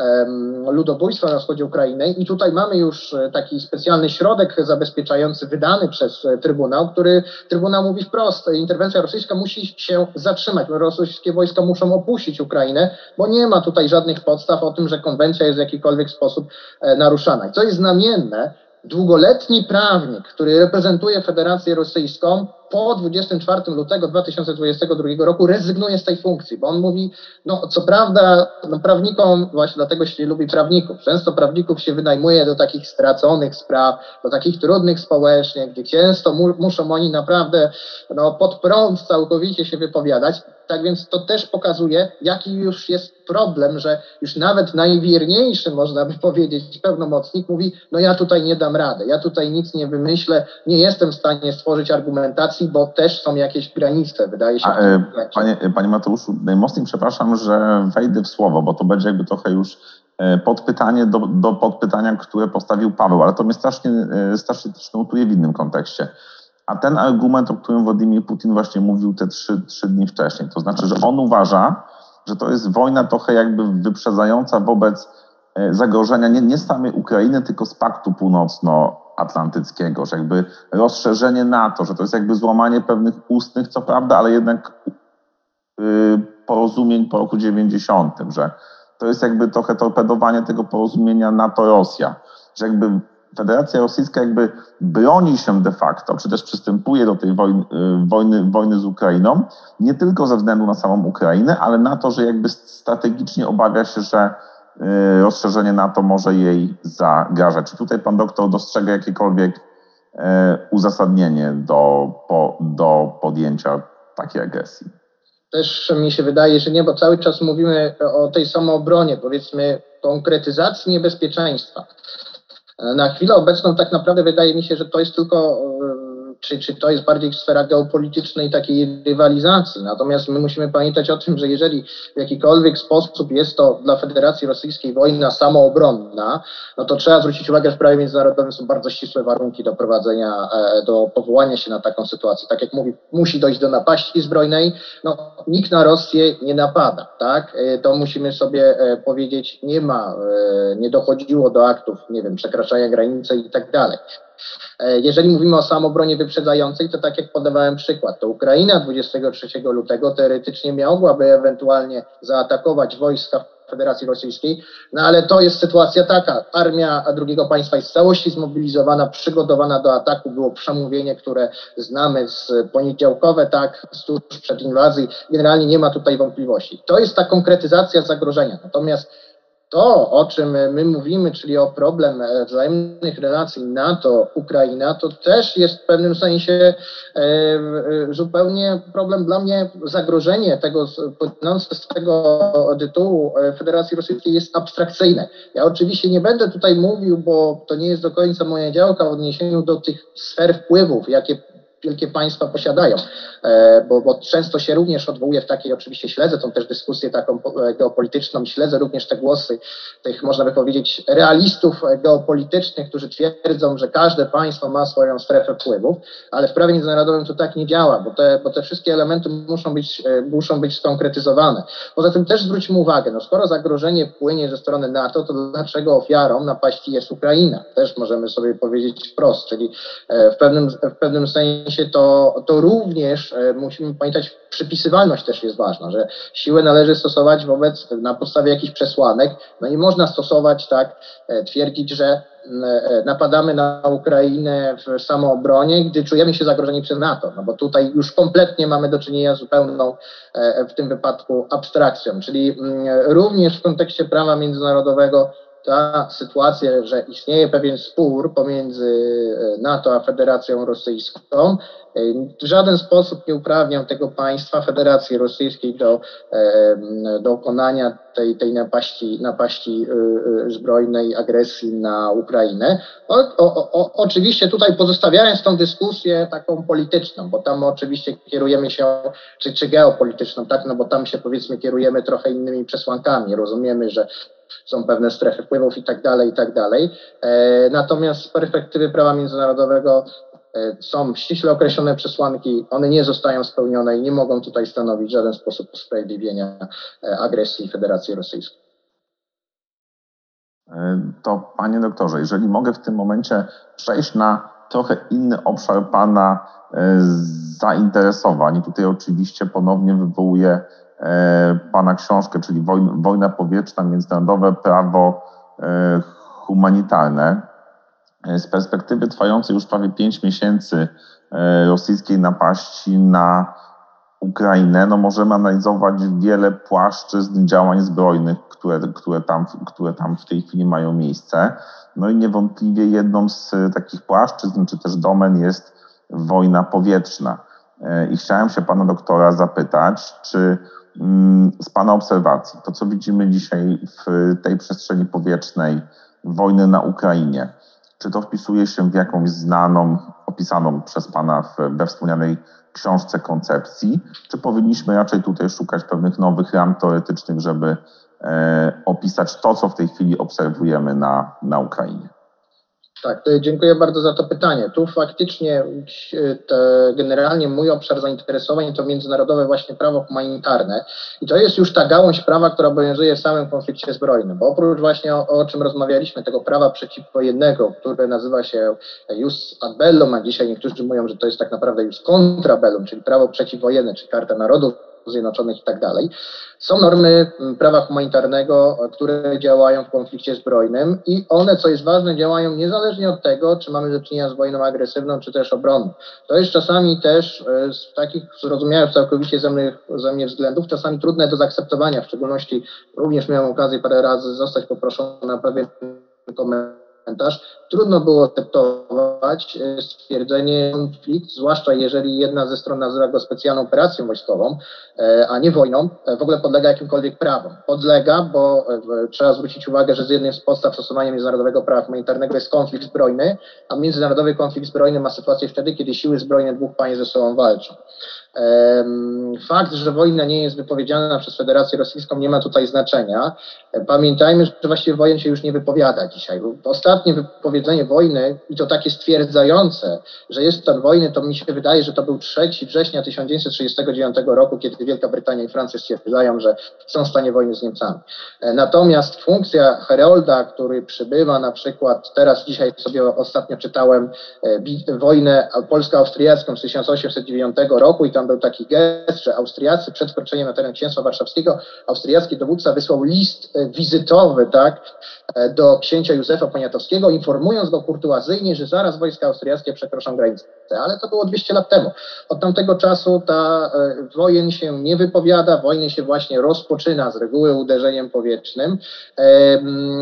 um, ludobójstwa na wschodzie Ukrainy. I tutaj mamy już taki specjalny środek zabezpieczający wydany przez Trybunał, który Trybunał mówi wprost, interwencja rosyjska musi się zatrzymać, rosyjskie wojska muszą opuścić Ukrainę, bo nie ma tutaj żadnych podstaw o tym, że konwencja jest w jakikolwiek sposób e, naruszana. Co jest znamienne, długoletni prawnik, który reprezentuje Federację Rosyjską, po dwudziestego czwartego lutego dwa tysiące dwudziestego drugiego roku rezygnuje z tej funkcji, bo on mówi, no co prawda no, prawnikom, właśnie dlatego się nie lubi prawników, często prawników się wynajmuje do takich straconych spraw, do takich trudnych społecznie, gdzie często mu, muszą oni naprawdę no, pod prąd całkowicie się wypowiadać. Tak więc to też pokazuje, jaki już jest problem, że już nawet najwierniejszy, można by powiedzieć, pełnomocnik mówi, no ja tutaj nie dam rady, ja tutaj nic nie wymyślę, nie jestem w stanie stworzyć argumentacji, bo też są jakieś granice, wydaje się. A, e, panie, panie Mateuszu, najmocniej przepraszam, że wejdę w słowo, bo to będzie jakby trochę już podpytanie do, do podpytania, które postawił Paweł, ale to mnie strasznie, strasznie też notuje w innym kontekście. A ten argument, o którym Władimir Putin właśnie mówił te trzy, trzy dni wcześniej, to znaczy, że on uważa, że to jest wojna trochę jakby wyprzedzająca wobec zagrożenia nie, nie z samej Ukrainy, tylko z Paktu Północnoatlantyckiego, że jakby rozszerzenie NATO, że to jest jakby złamanie pewnych ustnych, co prawda, ale jednak yy, porozumień po roku dziewięćdziesiątym, że to jest jakby trochę torpedowanie tego porozumienia NATO-Rosja, że jakby Federacja Rosyjska jakby broni się de facto, czy też przystępuje do tej wojny, wojny, wojny z Ukrainą, nie tylko ze względu na samą Ukrainę, ale na to, że jakby strategicznie obawia się, że rozszerzenie NATO może jej zagrażać. Czy tutaj pan doktor dostrzega jakiekolwiek uzasadnienie do, po, do podjęcia takiej agresji? Też mi się wydaje, że nie, bo cały czas mówimy o tej samoobronie, powiedzmy konkretyzacji niebezpieczeństwa. Na chwilę obecną tak naprawdę wydaje mi się, że to jest tylko czy, czy to jest bardziej sfera geopolitycznej takiej rywalizacji. Natomiast my musimy pamiętać o tym, że jeżeli w jakikolwiek sposób jest to dla Federacji Rosyjskiej wojna samoobronna, no to trzeba zwrócić uwagę, że w prawie międzynarodowym są bardzo ścisłe warunki do prowadzenia, do powołania się na taką sytuację. Tak jak mówi, musi dojść do napaści zbrojnej. No, nikt na Rosję nie napada, tak? To musimy sobie powiedzieć, nie ma, nie dochodziło do aktów, nie wiem, przekraczania granicy i tak dalej. Jeżeli mówimy o samobronie wyprzedzającej, to tak jak podawałem przykład, to Ukraina dwudziestego trzeciego lutego teoretycznie mogłaby ewentualnie zaatakować wojska Federacji Rosyjskiej, no ale to jest sytuacja taka, armia drugiego państwa jest w całości zmobilizowana, przygotowana do ataku, było przemówienie, które znamy z poniedziałkowe, tak, tuż przed inwazją, generalnie nie ma tutaj wątpliwości. To jest ta konkretyzacja zagrożenia, natomiast to, o czym my mówimy, czyli o problem wzajemnych relacji NATO-Ukraina, to też jest w pewnym sensie e, zupełnie problem dla mnie, zagrożenie tego płynące z tego tytułu Federacji Rosyjskiej jest abstrakcyjne. Ja oczywiście nie będę tutaj mówił, bo to nie jest do końca moja działka w odniesieniu do tych sfer wpływów, jakie wielkie państwa posiadają, bo, bo często się również odwołuję w takiej, oczywiście śledzę tą też dyskusję taką geopolityczną, śledzę również te głosy tych, można by powiedzieć, realistów geopolitycznych, którzy twierdzą, że każde państwo ma swoją strefę wpływów, ale w prawie międzynarodowym to tak nie działa, bo te, bo te wszystkie elementy muszą być, muszą być skonkretyzowane. Poza tym też zwróćmy uwagę, no skoro zagrożenie płynie ze strony NATO, to dlaczego ofiarą napaści jest Ukraina? Też możemy sobie powiedzieć wprost, czyli w pewnym, w pewnym sensie To, to również e, musimy pamiętać, przypisywalność też jest ważna, że siłę należy stosować wobec, na podstawie jakichś przesłanek. No nie można stosować, tak, e, twierdzić, że e, napadamy na Ukrainę w samoobronie, gdy czujemy się zagrożeni przez NATO, no bo tutaj już kompletnie mamy do czynienia z zupełną, e, w tym wypadku, abstrakcją, czyli m, również w kontekście prawa międzynarodowego ta sytuacja, że istnieje pewien spór pomiędzy NATO a Federacją Rosyjską, w żaden sposób nie uprawniał tego państwa, Federacji Rosyjskiej, do dokonania tej, tej napaści, napaści zbrojnej, agresji na Ukrainę. O, o, o, oczywiście tutaj pozostawiając tą dyskusję taką polityczną, bo tam oczywiście kierujemy się, czy, czy geopolityczną, tak, no bo tam się powiedzmy kierujemy trochę innymi przesłankami, rozumiemy, że są pewne strefy wpływów i tak dalej, i tak dalej. Natomiast z perspektywy prawa międzynarodowego są ściśle określone przesłanki, one nie zostają spełnione i nie mogą tutaj stanowić w żaden sposób usprawiedliwienia agresji Federacji Rosyjskiej. To panie doktorze, jeżeli mogę w tym momencie przejść na trochę inny obszar pana zainteresowań. I tutaj oczywiście ponownie wywołuję pana książkę, czyli Wojna powietrzna, międzynarodowe prawo humanitarne. Z perspektywy trwającej już prawie pięć miesięcy rosyjskiej napaści na Ukrainę, no możemy analizować wiele płaszczyzn działań zbrojnych, które, które, tam, które tam w tej chwili mają miejsce. No i niewątpliwie jedną z takich płaszczyzn, czy też domen jest wojna powietrzna. I chciałem się pana doktora zapytać, czy z pana obserwacji, to co widzimy dzisiaj w tej przestrzeni powietrznej wojny na Ukrainie, czy to wpisuje się w jakąś znaną, opisaną przez pana we wspomnianej książce koncepcji, czy powinniśmy raczej tutaj szukać pewnych nowych ram teoretycznych, żeby e, opisać to, co w tej chwili obserwujemy na, na Ukrainie? Tak, dziękuję bardzo za to pytanie. Tu faktycznie te, generalnie mój obszar zainteresowań to międzynarodowe właśnie prawo humanitarne i to jest już ta gałąź prawa, która obowiązuje w samym konflikcie zbrojnym, bo oprócz właśnie o, o czym rozmawialiśmy, tego prawa przeciwwojennego, które nazywa się jus ad bellum, a dzisiaj niektórzy mówią, że to jest tak naprawdę jus contra bellum, czyli prawo przeciwwojenne, czy Karta Narodów Zjednoczonych i tak dalej. Są normy prawa humanitarnego, które działają w konflikcie zbrojnym i one, co jest ważne, działają niezależnie od tego, czy mamy do czynienia z wojną agresywną, czy też obronną. To jest czasami też z takich zrozumiałych całkowicie ze mnie, ze mnie względów, czasami trudne do zaakceptowania, w szczególności również miałem okazję parę razy zostać poproszony na pewien komentarz. Trudno było akceptować zaakceptować stwierdzenie konflikt, zwłaszcza jeżeli jedna ze stron nazywa go specjalną operacją wojskową, a nie wojną, w ogóle podlega jakimkolwiek prawom. Podlega, bo trzeba zwrócić uwagę, że z jednym z podstaw stosowania międzynarodowego prawa humanitarnego jest konflikt zbrojny, a międzynarodowy konflikt zbrojny ma sytuację wtedy, kiedy siły zbrojne dwóch państw ze sobą walczą. Fakt, że wojna nie jest wypowiedziana przez Federację Rosyjską, nie ma tutaj znaczenia. Pamiętajmy, że właściwie wojen się już nie wypowiada dzisiaj. Ostatnie wypowiedzenie wojny, i to takie stwierdzające, że jest stan wojny, to mi się wydaje, że to był trzeciego września tysiąc dziewięćset trzydziestego dziewiątego roku, kiedy Wielka Brytania i Francja stwierdzają, że są w stanie wojny z Niemcami. Natomiast funkcja Herolda, który przybywa na przykład, teraz dzisiaj sobie ostatnio czytałem wojnę polsko-austriacką z tysiąc osiemset dziewiątego roku i tam był taki gest, że Austriacy przed wkroczeniem na teren Księstwa Warszawskiego, austriacki dowódca wysłał list wizytowy, tak, do księcia Józefa Poniatowskiego, informując go kurtuazyjnie, że zaraz wojska austriackie przekroczą granicę. Ale to było dwieście lat temu. Od tamtego czasu ta e, wojen się nie wypowiada, wojny się właśnie rozpoczyna, z reguły uderzeniem powietrznym. E, e,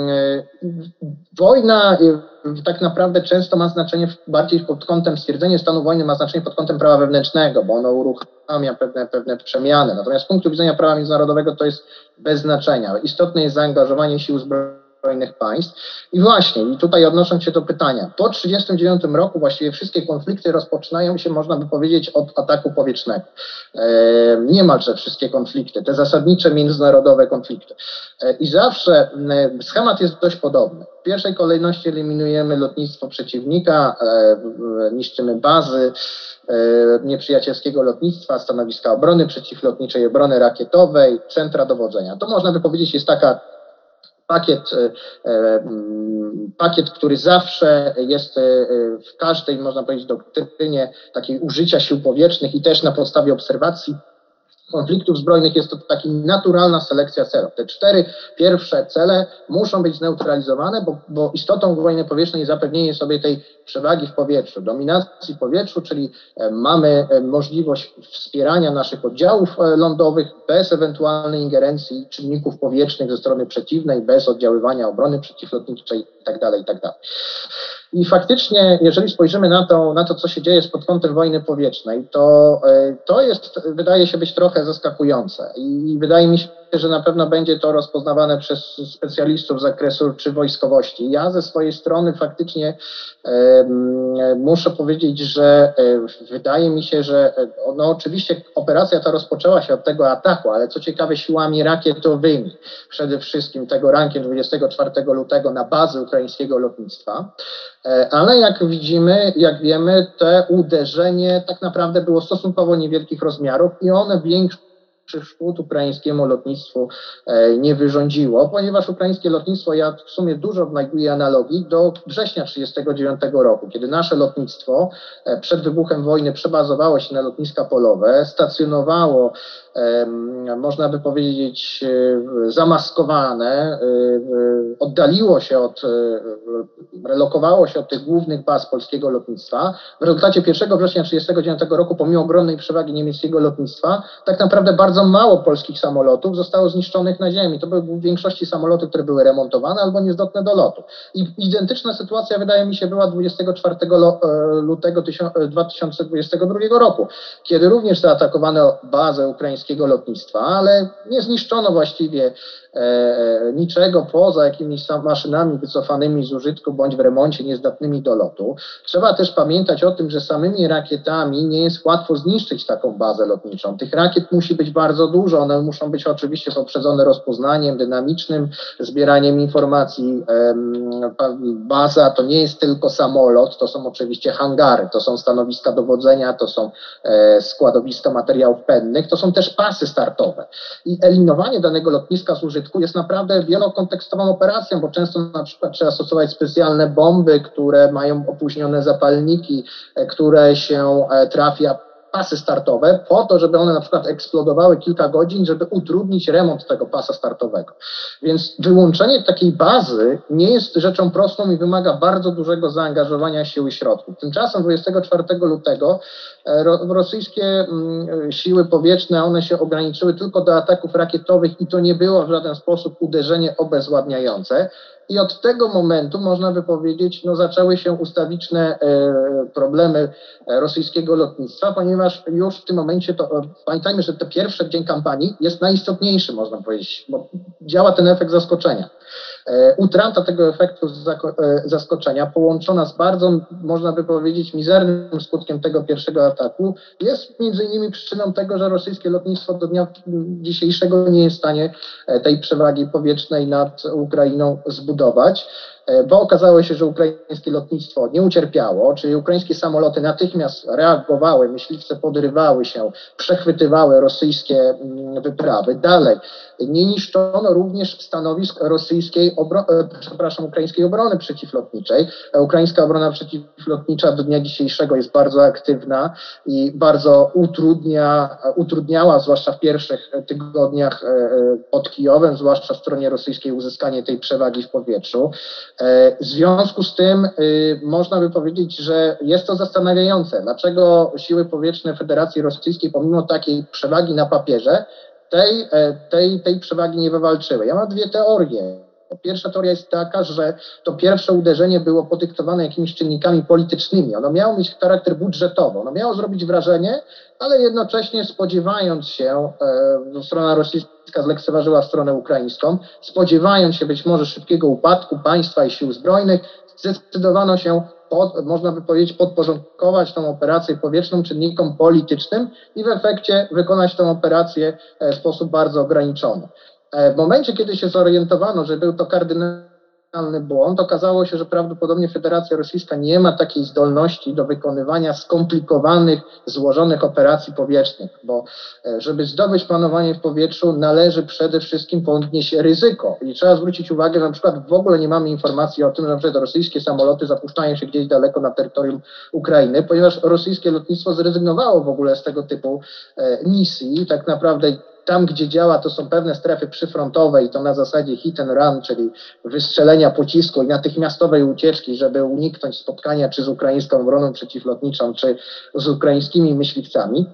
wojna e, tak naprawdę często ma znaczenie bardziej pod kątem, stwierdzenie stanu wojny ma znaczenie pod kątem prawa wewnętrznego, bo ono uruchamia pewne, pewne przemiany. Natomiast z punktu widzenia prawa międzynarodowego to jest bez znaczenia. Istotne jest zaangażowanie sił zbrojnych państw. I właśnie, i tutaj odnosząc się do pytania, po tysiąc dziewięćset trzydziestym dziewiątym roku właściwie wszystkie konflikty rozpoczynają się, można by powiedzieć, od ataku powietrznego. E, niemalże wszystkie konflikty, te zasadnicze międzynarodowe konflikty. E, I zawsze e, schemat jest dość podobny. W pierwszej kolejności eliminujemy lotnictwo przeciwnika, e, niszczymy bazy e, nieprzyjacielskiego lotnictwa, stanowiska obrony przeciwlotniczej, obrony rakietowej, centra dowodzenia. To można by powiedzieć jest taka Pakiet, pakiet, który zawsze jest w każdej, można powiedzieć, doktrynie takiej użycia sił powietrznych i też na podstawie obserwacji konfliktów zbrojnych jest to taka naturalna selekcja celów. Te cztery pierwsze cele muszą być zneutralizowane, bo, bo istotą wojny powietrznej jest zapewnienie sobie tej przewagi w powietrzu, dominacji w powietrzu, czyli mamy możliwość wspierania naszych oddziałów lądowych bez ewentualnej ingerencji czynników powietrznych ze strony przeciwnej, bez oddziaływania obrony przeciwlotniczej itd., itd. I faktycznie, jeżeli spojrzymy na to, na to, co się dzieje pod kątem wojny powietrznej, to to jest, wydaje się być trochę zaskakujące i wydaje mi się, że na pewno będzie to rozpoznawane przez specjalistów z zakresu czy wojskowości. Ja ze swojej strony faktycznie e, muszę powiedzieć, że e, wydaje mi się, że e, no oczywiście operacja ta rozpoczęła się od tego ataku, ale co ciekawe siłami rakietowymi, przede wszystkim tego rankiem dwudziestego czwartego lutego na bazy ukraińskiego lotnictwa. Ale jak widzimy, jak wiemy, to uderzenie tak naprawdę było stosunkowo niewielkich rozmiarów i one większe szkód ukraińskiemu lotnictwu nie wyrządziło, ponieważ ukraińskie lotnictwo, ja w sumie dużo znajduję analogii do września tysiąc dziewięćset trzydziestego dziewiątego roku, kiedy nasze lotnictwo przed wybuchem wojny przebazowało się na lotniska polowe, stacjonowało, można by powiedzieć, zamaskowane, oddaliło się od, relokowało się od tych głównych baz polskiego lotnictwa. W rezultacie pierwszego września tysiąc dziewięćset trzydziestego dziewiątego roku, pomimo ogromnej przewagi niemieckiego lotnictwa, tak naprawdę bardzo mało polskich samolotów zostało zniszczonych na ziemi. To były w większości samoloty, które były remontowane albo niezdatne do lotu. I identyczna sytuacja, wydaje mi się, była dwudziestego czwartego lutego dwa tysiące dwudziestego drugiego roku, kiedy również zaatakowano bazę ukraińskiego lotnictwa, ale nie zniszczono właściwie e, niczego poza jakimiś maszynami wycofanymi z użytku bądź w remoncie niezdatnymi do lotu. Trzeba też pamiętać o tym, że samymi rakietami nie jest łatwo zniszczyć taką bazę lotniczą. Tych rakiet musi być bardzo dużo, one muszą być oczywiście poprzedzone rozpoznaniem dynamicznym, zbieraniem informacji. Baza to nie jest tylko samolot, to są oczywiście hangary, to są stanowiska dowodzenia, to są składowiska materiałów pędnych, to są też pasy startowe. I eliminowanie danego lotniska z użytku jest naprawdę wielokontekstową operacją, bo często na przykład trzeba stosować specjalne bomby, które mają opóźnione zapalniki, które się trafia, pasy startowe, po to, żeby one na przykład eksplodowały kilka godzin, żeby utrudnić remont tego pasa startowego. Więc wyłączenie takiej bazy nie jest rzeczą prostą i wymaga bardzo dużego zaangażowania sił i środków. Tymczasem dwudziestego czwartego lutego ro, rosyjskie m, siły powietrzne, one się ograniczyły tylko do ataków rakietowych i to nie było w żaden sposób uderzenie obezwładniające. i od tego momentu, można by powiedzieć, no, zaczęły się ustawiczne e, problemy rosyjskiego lotnictwa, ponieważ już w tym momencie, to pamiętajmy, że ten pierwszy dzień kampanii jest najistotniejszy, można powiedzieć, bo działa ten efekt zaskoczenia. Utrata tego efektu zaskoczenia połączona z bardzo, można by powiedzieć, mizernym skutkiem tego pierwszego ataku jest między innymi przyczyną tego, że rosyjskie lotnictwo do dnia dzisiejszego nie jest w stanie tej przewagi powietrznej nad Ukrainą zbudować, bo okazało się, że ukraińskie lotnictwo nie ucierpiało, czyli ukraińskie samoloty natychmiast reagowały, myśliwce podrywały się, przechwytywały rosyjskie wyprawy. Dalej, nie niszczono również stanowisk rosyjskiej, obro- przepraszam, ukraińskiej obrony przeciwlotniczej. Ukraińska obrona przeciwlotnicza do dnia dzisiejszego jest bardzo aktywna i bardzo utrudnia, utrudniała, zwłaszcza w pierwszych tygodniach pod Kijowem, zwłaszcza w stronie rosyjskiej, uzyskanie tej przewagi w powietrzu. W związku z tym y, można by powiedzieć, że jest to zastanawiające, dlaczego siły powietrzne Federacji Rosyjskiej pomimo takiej przewagi na papierze tej, tej, tej przewagi nie wywalczyły. Ja mam dwie teorie. Pierwsza teoria jest taka, że to pierwsze uderzenie było podyktowane jakimiś czynnikami politycznymi. Ono miało mieć charakter budżetowy, ono miało zrobić wrażenie, ale jednocześnie spodziewając się, e, strona rosyjska zlekceważyła stronę ukraińską, spodziewając się być może szybkiego upadku państwa i sił zbrojnych, zdecydowano się, pod, można by powiedzieć, podporządkować tą operację powietrzną czynnikom politycznym i w efekcie wykonać tę operację w sposób bardzo ograniczony. W momencie, kiedy się zorientowano, że był to kardynalny błąd, okazało się, że prawdopodobnie Federacja Rosyjska nie ma takiej zdolności do wykonywania skomplikowanych, złożonych operacji powietrznych, bo żeby zdobyć panowanie w powietrzu, należy przede wszystkim podnieść ryzyko. I trzeba zwrócić uwagę, że na przykład w ogóle nie mamy informacji o tym, że na przykład rosyjskie samoloty zapuszczają się gdzieś daleko na terytorium Ukrainy, ponieważ rosyjskie lotnictwo zrezygnowało w ogóle z tego typu misji. Tak naprawdę tam, gdzie działa, to są pewne strefy przyfrontowe i to na zasadzie hit and run, czyli wystrzelenia pocisku i natychmiastowej ucieczki, żeby uniknąć spotkania czy z ukraińską obroną przeciwlotniczą, czy z ukraińskimi myśliwcami.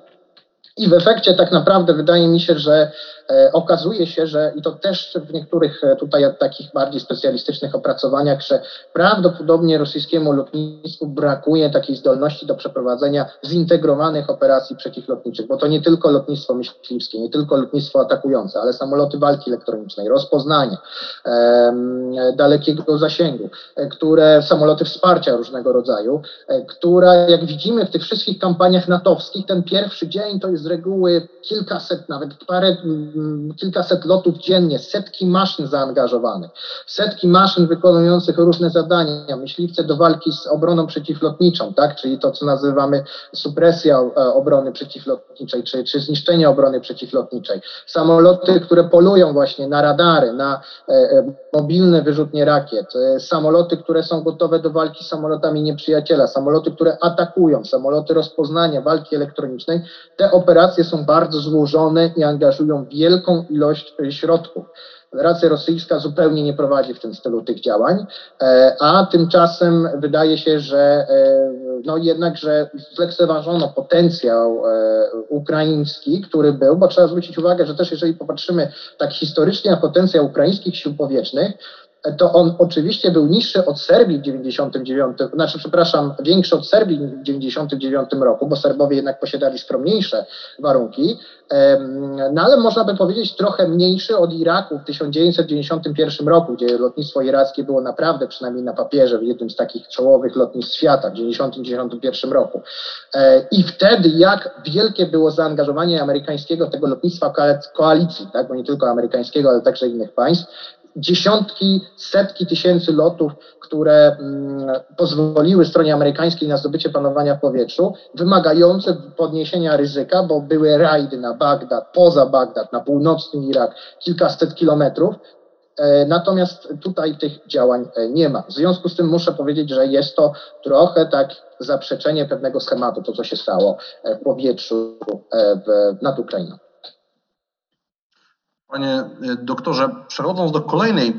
I w efekcie tak naprawdę wydaje mi się, że e, okazuje się, że i to też w niektórych e, tutaj takich bardziej specjalistycznych opracowaniach, że prawdopodobnie rosyjskiemu lotnictwu brakuje takiej zdolności do przeprowadzenia zintegrowanych operacji przeciwlotniczych, bo to nie tylko lotnictwo myśliwskie, nie tylko lotnictwo atakujące, ale samoloty walki elektronicznej, rozpoznanie, e, dalekiego zasięgu, e, które samoloty wsparcia różnego rodzaju, e, które jak widzimy w tych wszystkich kampaniach natowskich, ten pierwszy dzień to jest z reguły kilkaset, nawet parę, kilkaset lotów dziennie, setki maszyn zaangażowanych, setki maszyn wykonujących różne zadania, myśliwce do walki z obroną przeciwlotniczą, tak, czyli to, co nazywamy supresja obrony przeciwlotniczej, czy, czy zniszczenie obrony przeciwlotniczej, samoloty, które polują właśnie na radary, na e, mobilne wyrzutnie rakiet, e, samoloty, które są gotowe do walki z samolotami nieprzyjaciela, samoloty, które atakują, samoloty rozpoznania, walki elektronicznej, te operacje są bardzo złożone i angażują wielką ilość środków. Federacja Rosyjska zupełnie nie prowadzi w tym stylu tych działań, a tymczasem wydaje się, że no jednak, że zlekceważono potencjał ukraiński, który był, bo trzeba zwrócić uwagę, że też jeżeli popatrzymy tak historycznie na potencjał ukraińskich sił powietrznych, to on oczywiście był niższy od Serbii w dziewięćdziesiątym dziewiątym, znaczy przepraszam, większy od Serbii w dziewięćdziesiątym dziewiątym roku, bo Serbowie jednak posiadali skromniejsze warunki, no ale można by powiedzieć trochę mniejszy od Iraku w tysiąc dziewięćset dziewięćdziesiątym pierwszym roku, gdzie lotnictwo irackie było naprawdę, przynajmniej na papierze, jednym z takich czołowych lotnictw świata w dziewięćdziesiątym dziewiątym pierwszym roku. I wtedy jak wielkie było zaangażowanie amerykańskiego tego lotnictwa koalicji, tak, bo nie tylko amerykańskiego, ale także innych państw, dziesiątki, setki tysięcy lotów, które mm, pozwoliły stronie amerykańskiej na zdobycie panowania w powietrzu, wymagające podniesienia ryzyka, bo były rajdy na Bagdad, poza Bagdad, na północny Irak, kilkaset kilometrów. E, natomiast tutaj tych działań e, nie ma. W związku z tym muszę powiedzieć, że jest to trochę tak zaprzeczenie pewnego schematu, to co się stało w powietrzu e, w, nad Ukrainą. Panie doktorze, przechodząc do kolejnej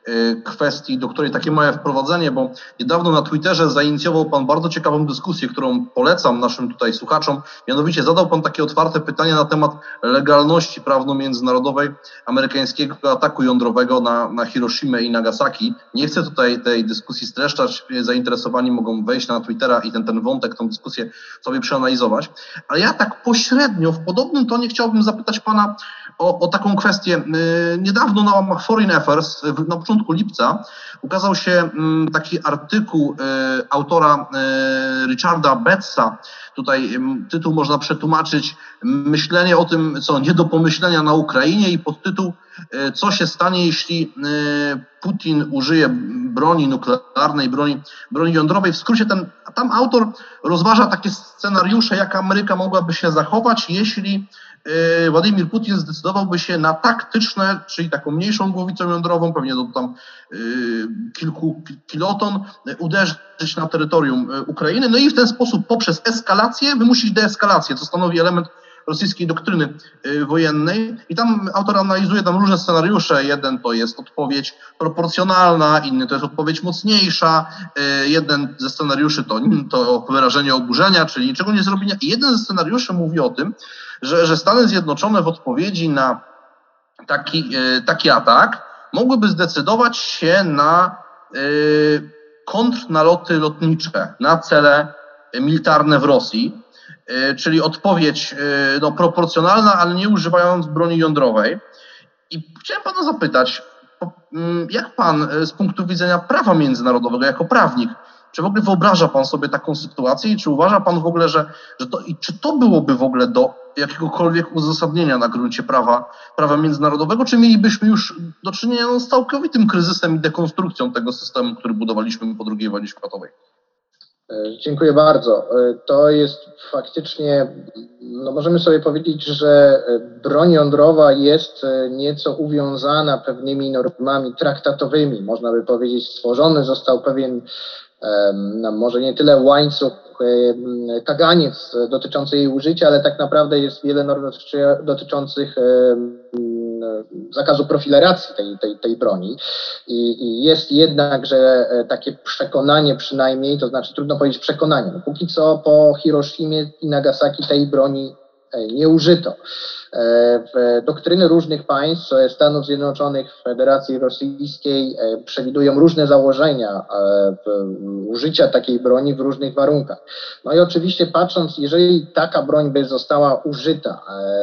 kwestii, do której takie małe wprowadzenie, bo niedawno na Twitterze zainicjował Pan bardzo ciekawą dyskusję, którą polecam naszym tutaj słuchaczom. Mianowicie zadał Pan takie otwarte pytanie na temat legalności prawno-międzynarodowej amerykańskiego ataku jądrowego na, na Hiroshimę i Nagasaki. Nie chcę tutaj tej dyskusji streszczać, zainteresowani mogą wejść na Twittera i ten, ten wątek, tą dyskusję sobie przeanalizować, ale ja tak pośrednio, w podobnym tonie chciałbym zapytać Pana o, o taką kwestię. Niedawno na łamach Foreign Affairs, na początku lipca, ukazał się taki artykuł autora Richarda Bettsa. Tutaj tytuł można przetłumaczyć myślenie o tym, co nie do pomyślenia na Ukrainie, i podtytuł co się stanie, jeśli Putin użyje broni nuklearnej, broni, broni jądrowej. W skrócie ten, tam autor rozważa takie scenariusze, jak Ameryka mogłaby się zachować, jeśli Władimir Putin zdecydowałby się na taktyczne, czyli taką mniejszą głowicą jądrową, pewnie do tam kilku kiloton, uderzyć na terytorium Ukrainy, no i w ten sposób poprzez eskalację wymusić deeskalację, co stanowi element rosyjskiej doktryny wojennej. I tam autor analizuje tam różne scenariusze. Jeden to jest odpowiedź proporcjonalna, inny to jest odpowiedź mocniejsza. Jeden ze scenariuszy to, to wyrażenie oburzenia, czyli niczego nie zrobienia. I jeden ze scenariuszy mówi o tym, że, że Stany Zjednoczone w odpowiedzi na taki, taki atak mogłyby zdecydować się na kontrnaloty lotnicze, na cele militarne w Rosji. Czyli odpowiedź no, proporcjonalna, ale nie używając broni jądrowej. I chciałem Pana zapytać, jak Pan z punktu widzenia prawa międzynarodowego, jako prawnik, czy w ogóle wyobraża Pan sobie taką sytuację i czy uważa Pan w ogóle, że, że to, i czy to byłoby w ogóle do jakiegokolwiek uzasadnienia na gruncie prawa, prawa międzynarodowego, czy mielibyśmy już do czynienia no, z całkowitym kryzysem i dekonstrukcją tego systemu, który budowaliśmy po drugiej wojnie światowej? Dziękuję bardzo. To jest faktycznie, no możemy sobie powiedzieć, że broń jądrowa jest nieco uwiązana pewnymi normami traktatowymi. Można by powiedzieć, stworzony został pewien, no może nie tyle łańcuch, kaganiec dotyczący jej użycia, ale tak naprawdę jest wiele norm dotyczących zakazu profileracji tej, tej, tej broni. I, I jest jednak, że takie przekonanie przynajmniej, to znaczy trudno powiedzieć przekonanie, no póki co po Hiroshimie i Nagasaki tej broni nie użyto. W doktryny różnych państw, Stanów Zjednoczonych, Federacji Rosyjskiej przewidują różne założenia użycia takiej broni w różnych warunkach. No i oczywiście patrząc, jeżeli taka broń by została użyta,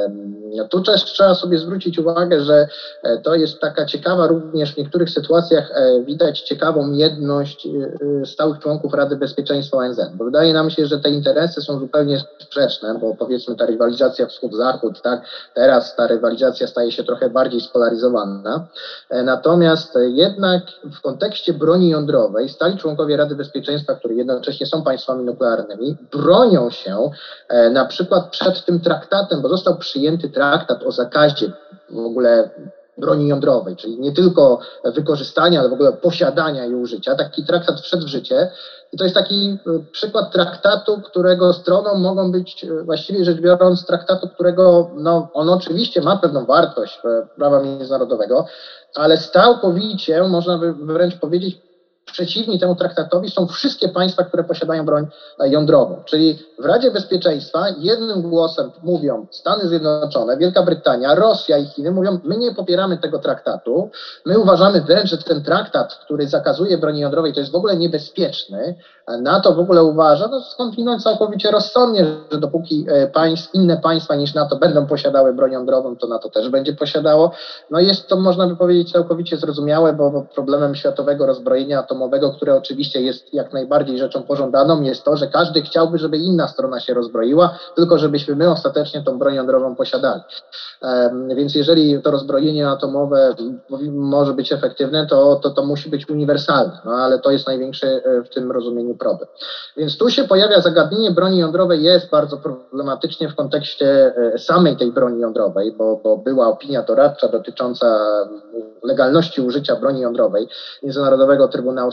tu też trzeba sobie zwrócić uwagę, że to jest taka ciekawa, również w niektórych sytuacjach widać ciekawą jedność stałych członków Rady Bezpieczeństwa O N Z, bo wydaje nam się, że te interesy są zupełnie sprzeczne, bo powiedzmy ta rywalizacja wschód-zachód, tak, teraz ta rywalizacja staje się trochę bardziej spolaryzowana. Natomiast jednak w kontekście broni jądrowej stali członkowie Rady Bezpieczeństwa, które jednocześnie są państwami nuklearnymi, bronią się na przykład przed tym traktatem, bo został przyjęty traktat o zakazie w ogóle broni jądrowej, czyli nie tylko wykorzystania, ale w ogóle posiadania i użycia. Taki traktat wszedł w życie. I to jest taki przykład traktatu, którego stroną mogą być, właściwie rzecz biorąc, traktatu, którego no, on oczywiście ma pewną wartość prawa międzynarodowego, ale całkowicie, można by wręcz powiedzieć, przeciwni temu traktatowi są wszystkie państwa, które posiadają broń jądrową. Czyli w Radzie Bezpieczeństwa jednym głosem mówią Stany Zjednoczone, Wielka Brytania, Rosja i Chiny, mówią, my nie popieramy tego traktatu, my uważamy wręcz, że ten traktat, który zakazuje broni jądrowej, to jest w ogóle niebezpieczny. NATO w ogóle uważa, no skądinąd całkowicie rozsądnie, że dopóki państw, inne państwa niż NATO będą posiadały broń jądrową, to NATO też będzie posiadało. No jest to, można by powiedzieć, całkowicie zrozumiałe, bo problemem światowego rozbrojenia atomowego, które oczywiście jest jak najbardziej rzeczą pożądaną, jest to, że każdy chciałby, żeby inna strona się rozbroiła, tylko żebyśmy my ostatecznie tą broń jądrową posiadali. Um, więc jeżeli to rozbrojenie atomowe może być efektywne, to, to, to musi być uniwersalne, no ale to jest największy w tym rozumieniu problem. Więc tu się pojawia zagadnienie broni jądrowej, jest bardzo problematycznie w kontekście samej tej broni jądrowej, bo, bo była opinia doradcza dotycząca legalności użycia broni jądrowej Międzynarodowego Trybunału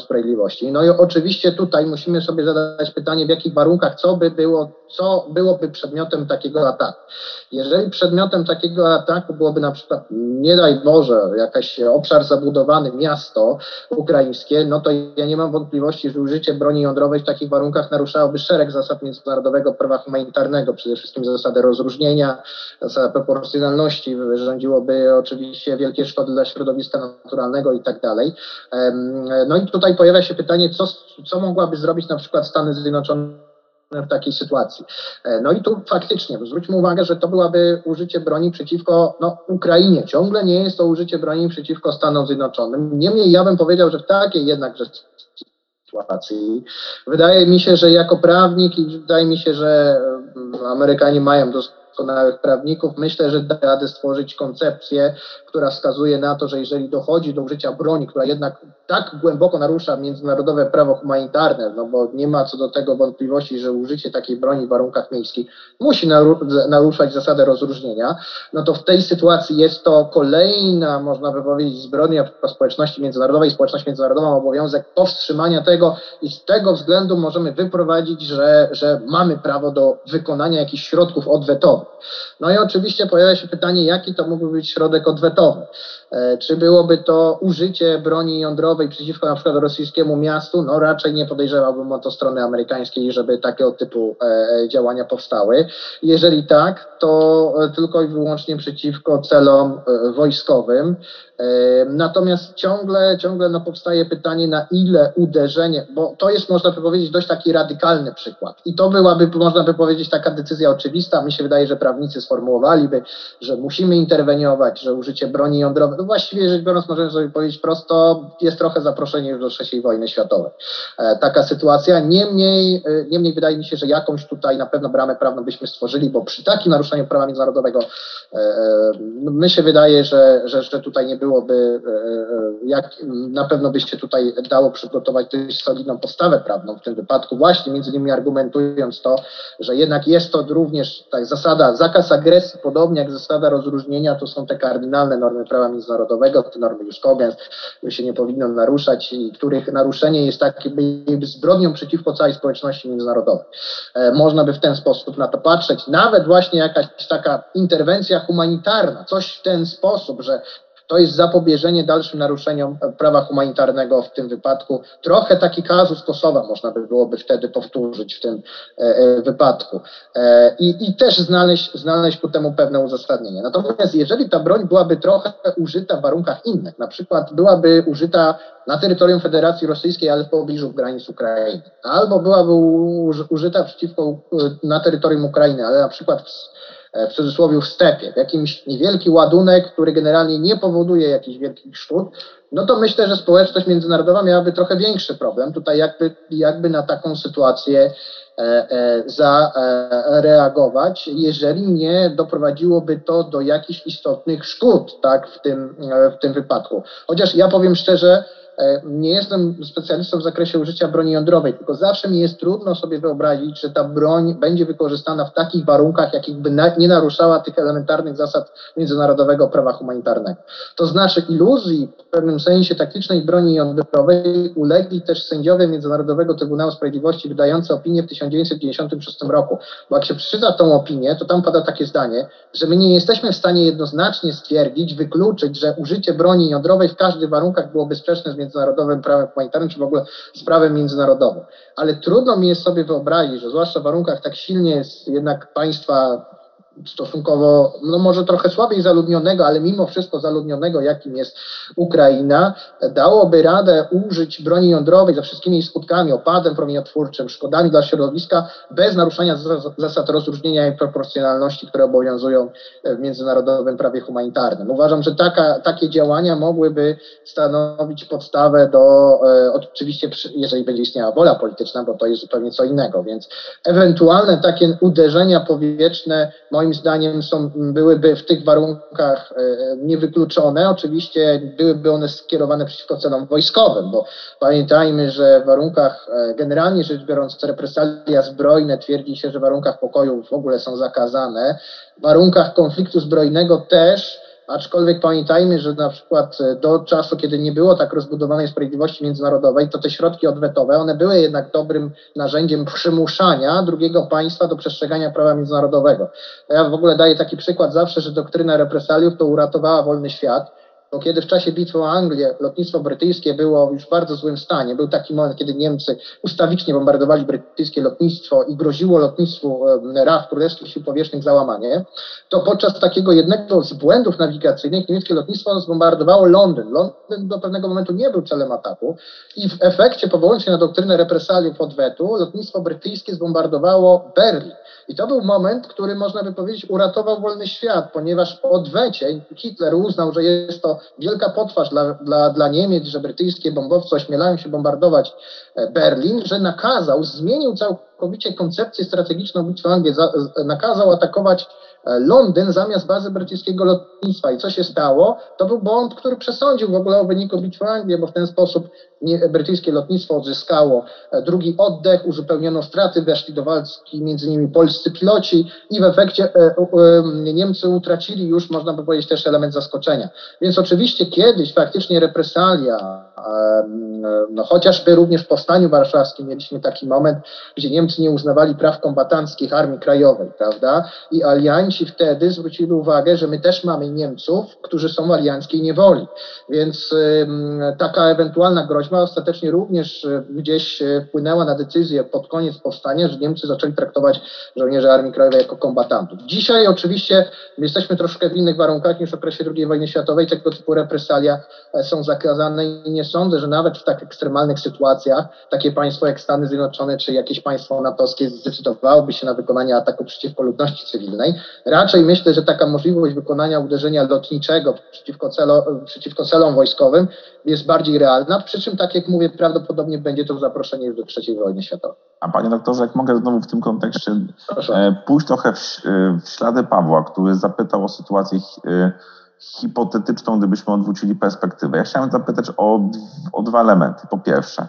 Sprawiedliwości. No i oczywiście tutaj musimy sobie zadać pytanie, w jakich warunkach, co by było, co byłoby przedmiotem takiego ataku. Jeżeli przedmiotem takiego ataku byłoby na przykład, nie daj Boże, jakiś obszar zabudowany, miasto ukraińskie, no to ja nie mam wątpliwości, że użycie broni jądrowej w takich warunkach naruszałoby szereg zasad międzynarodowego prawa humanitarnego, przede wszystkim zasadę rozróżnienia, zasadę proporcjonalności, wyrządziłoby oczywiście wielkie szkody dla środowiska naturalnego i tak dalej. No i tutaj pojawia się pytanie, co, co mogłaby zrobić na przykład Stany Zjednoczone w takiej sytuacji. No i tu faktycznie zwróćmy uwagę, że to byłaby użycie broni przeciwko no, Ukrainie. Ciągle nie jest to użycie broni przeciwko Stanom Zjednoczonym. Niemniej ja bym powiedział, że w takiej jednakże sytuacji wydaje mi się, że jako prawnik i wydaje mi się, że Amerykanie mają doskonałych prawników, myślę, że da radę stworzyć koncepcję, która wskazuje na to, że jeżeli dochodzi do użycia broni, która jednak tak głęboko narusza międzynarodowe prawo humanitarne, no bo nie ma co do tego wątpliwości, że użycie takiej broni w warunkach miejskich musi naruszać zasadę rozróżnienia, no to w tej sytuacji jest to kolejna, można by powiedzieć, zbrodnia przeciwko społeczności międzynarodowej. Społeczność międzynarodowa ma obowiązek powstrzymania tego i z tego względu możemy wyprowadzić, że, że mamy prawo do wykonania jakichś środków odwetowych. No i oczywiście pojawia się pytanie, jaki to mógłby być środek odwetowy. Czy byłoby to użycie broni jądrowej przeciwko na przykład rosyjskiemu miastu? No raczej nie podejrzewałbym od strony amerykańskiej, żeby takiego typu e, działania powstały. Jeżeli tak, to tylko i wyłącznie przeciwko celom e, wojskowym. E, natomiast ciągle, ciągle no, powstaje pytanie, na ile uderzenie, bo to jest, można by powiedzieć, dość taki radykalny przykład. I to byłaby, można by powiedzieć, taka decyzja oczywista. Mi się wydaje, że prawnicy sformułowaliby, że musimy interweniować, że użycie broni jądrowej, no właściwie rzecz biorąc, możemy sobie powiedzieć prosto, jest trochę zaproszenie już do trzeciej wojny światowej. E, taka sytuacja. Niemniej, e, niemniej wydaje mi się, że jakąś tutaj na pewno bramę prawną byśmy stworzyli, bo przy takim naruszeniu prawa międzynarodowego e, e, my się wydaje, że, że, że tutaj nie byłoby, e, jak na pewno by się tutaj dało przygotować dość solidną postawę prawną w tym wypadku, właśnie między innymi argumentując to, że jednak jest to również tak zasada, zakaz agresji, podobnie jak zasada rozróżnienia, to są te kardynalne normy prawa międzynarodowego, te normy już Kogens, które się nie powinno naruszać i których naruszenie jest tak jakby zbrodnią przeciwko całej społeczności międzynarodowej. E, można by w ten sposób na to patrzeć. Nawet właśnie jakaś taka interwencja humanitarna, coś w ten sposób, że to jest zapobieżenie dalszym naruszeniom prawa humanitarnego w tym wypadku. Trochę taki kazus Kosowa można by byłoby wtedy powtórzyć w tym e, wypadku e, i, i też znaleźć, znaleźć ku temu pewne uzasadnienie. Natomiast jeżeli ta broń byłaby trochę użyta w warunkach innych, na przykład byłaby użyta na terytorium Federacji Rosyjskiej, ale w pobliżu granic Ukrainy, albo byłaby użyta przeciwko na terytorium Ukrainy, ale na przykład w w cudzysłowie w stepie, w jakimś niewielki ładunek, który generalnie nie powoduje jakichś wielkich szkód, no to myślę, że społeczność międzynarodowa miałaby trochę większy problem tutaj jakby, jakby na taką sytuację e, e, zareagować, jeżeli nie doprowadziłoby to do jakichś istotnych szkód, tak, w tym, w tym wypadku. Chociaż ja powiem szczerze, nie jestem specjalistą w zakresie użycia broni jądrowej, tylko zawsze mi jest trudno sobie wyobrazić, że ta broń będzie wykorzystana w takich warunkach, jakich by na, nie naruszała tych elementarnych zasad międzynarodowego prawa humanitarnego. To znaczy iluzji w pewnym sensie taktycznej broni jądrowej ulegli też sędziowie Międzynarodowego Trybunału Sprawiedliwości wydający opinię w tysiąc dziewięćset dziewięćdziesiątym szóstym roku. Bo jak się przeczyta tą opinię, to tam pada takie zdanie, że my nie jesteśmy w stanie jednoznacznie stwierdzić, wykluczyć, że użycie broni jądrowej w każdych warunkach byłoby sprzeczne z międzynarodowym prawem humanitarnym, czy w ogóle z prawem międzynarodowym. Ale trudno mi jest sobie wyobrazić, że zwłaszcza w warunkach tak silnie jest jednak państwa stosunkowo, no może trochę słabiej zaludnionego, ale mimo wszystko zaludnionego, jakim jest Ukraina, dałoby radę użyć broni jądrowej ze wszystkimi jej skutkami, opadem promieniotwórczym, szkodami dla środowiska, bez naruszania zasad rozróżnienia i proporcjonalności, które obowiązują w międzynarodowym prawie humanitarnym. Uważam, że taka, takie działania mogłyby stanowić podstawę do, e, oczywiście, jeżeli będzie istniała wola polityczna, bo to jest zupełnie co innego, więc ewentualne takie uderzenia powietrzne, moim zdaniem są, byłyby w tych warunkach e, niewykluczone. Oczywiście byłyby one skierowane przeciwko celom wojskowym, bo pamiętajmy, że w warunkach, e, generalnie rzecz biorąc, represalia zbrojne twierdzi się, że w warunkach pokoju w ogóle są zakazane. W warunkach konfliktu zbrojnego też aczkolwiek pamiętajmy, że na przykład do czasu, kiedy nie było tak rozbudowanej sprawiedliwości międzynarodowej, to te środki odwetowe, one były jednak dobrym narzędziem przymuszania drugiego państwa do przestrzegania prawa międzynarodowego. Ja w ogóle daję taki przykład zawsze, że doktryna represaliów to uratowała wolny świat, bo kiedy w czasie bitwy o Anglię lotnictwo brytyjskie było już w bardzo złym stanie, był taki moment, kiedy Niemcy ustawicznie bombardowali brytyjskie lotnictwo i groziło lotnictwu R A F, Królewskich Sił Powietrznych, załamanie, to podczas takiego jednego z błędów nawigacyjnych niemieckie lotnictwo zbombardowało Londyn. Londyn do pewnego momentu nie był celem ataku i w efekcie, powołując się na doktrynę represaliów odwetu, lotnictwo brytyjskie zbombardowało Berlin. I to był moment, który, można by powiedzieć, uratował wolny świat, ponieważ po odwecie Hitler uznał, że jest to wielka potwarz dla, dla, dla Niemiec, że brytyjskie bombowce ośmielają się bombardować Berlin, że nakazał, zmienił całkowicie koncepcję strategiczną bitwy o Anglię, za, nakazał atakować Londyn zamiast bazy brytyjskiego lotnictwa. I co się stało? To był błąd, który przesądził w ogóle o wyniku bitwy o Anglię, bo w ten sposób nie, brytyjskie lotnictwo odzyskało drugi oddech, uzupełniono straty, weszli do walki między nimi polscy piloci i w efekcie e, e, Niemcy utracili już, można by powiedzieć, też element zaskoczenia. Więc oczywiście kiedyś faktycznie represalia, e, no chociażby również w Powstaniu Warszawskim mieliśmy taki moment, gdzie Niemcy nie uznawali praw kombatanckich Armii Krajowej, prawda? I alianci wtedy zwrócili uwagę, że my też mamy Niemców, którzy są w alianckiej niewoli. Więc e, taka ewentualna groźba ostatecznie również gdzieś wpłynęła na decyzję pod koniec powstania, że Niemcy zaczęli traktować żołnierzy Armii Krajowej jako kombatantów. Dzisiaj oczywiście jesteśmy troszkę w innych warunkach niż w okresie drugiej wojny światowej. Tego typu represalia są zakazane i nie sądzę, że nawet w tak ekstremalnych sytuacjach takie państwo jak Stany Zjednoczone czy jakieś państwo natowskie zdecydowałoby się na wykonanie ataku przeciwko ludności cywilnej. Raczej myślę, że taka możliwość wykonania uderzenia lotniczego przeciwko, celo, przeciwko celom wojskowym jest bardziej realna, przy czym, tak jak mówię, prawdopodobnie będzie to zaproszenie już do trzeciej wojny światowej. A panie doktorze, jak mogę znowu w tym kontekście Proszę. pójść trochę w, w ślady Pawła, który zapytał o sytuację hipotetyczną, gdybyśmy odwrócili perspektywę. Ja chciałem zapytać o, o dwa elementy. Po pierwsze,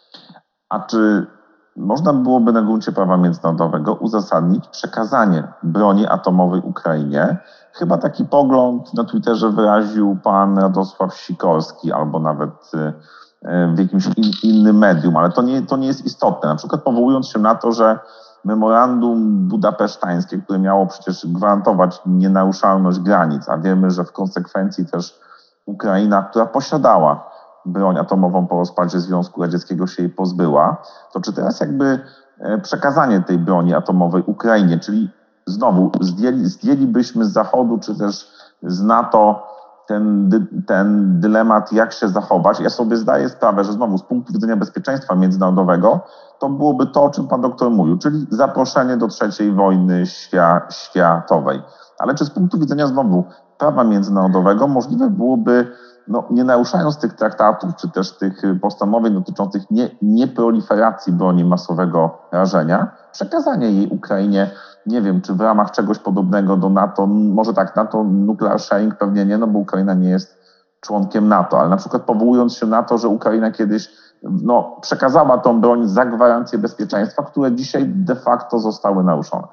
a czy można byłoby na gruncie prawa międzynarodowego uzasadnić przekazanie broni atomowej Ukrainie? Chyba taki pogląd na Twitterze wyraził pan Radosław Sikorski albo nawet w jakimś in, innym medium, ale to nie, to nie jest istotne. Na przykład powołując się na to, że memorandum budapesztańskie, które miało przecież gwarantować nienaruszalność granic, a wiemy, że w konsekwencji też Ukraina, która posiadała broń atomową po rozpadzie Związku Radzieckiego, się jej pozbyła, to czy teraz jakby przekazanie tej broni atomowej Ukrainie, czyli znowu zdjęli, zdjęlibyśmy z Zachodu czy też z NATO ten, ten dylemat, jak się zachować. Ja sobie zdaję sprawę, że znowu z punktu widzenia bezpieczeństwa międzynarodowego to byłoby to, o czym pan doktor mówił, czyli zaproszenie do trzeciej wojny świa, światowej. Ale czy z punktu widzenia znowu prawa międzynarodowego możliwe byłoby, no, nie naruszając tych traktatów, czy też tych postanowień dotyczących nie, nieproliferacji broni masowego rażenia, przekazanie jej Ukrainie, nie wiem, czy w ramach czegoś podobnego do NATO, może tak, NATO nuclear sharing pewnie nie, no bo Ukraina nie jest członkiem NATO, ale na przykład powołując się na to, że Ukraina kiedyś no, przekazała tą broń za gwarancję bezpieczeństwa, które dzisiaj de facto zostały naruszone.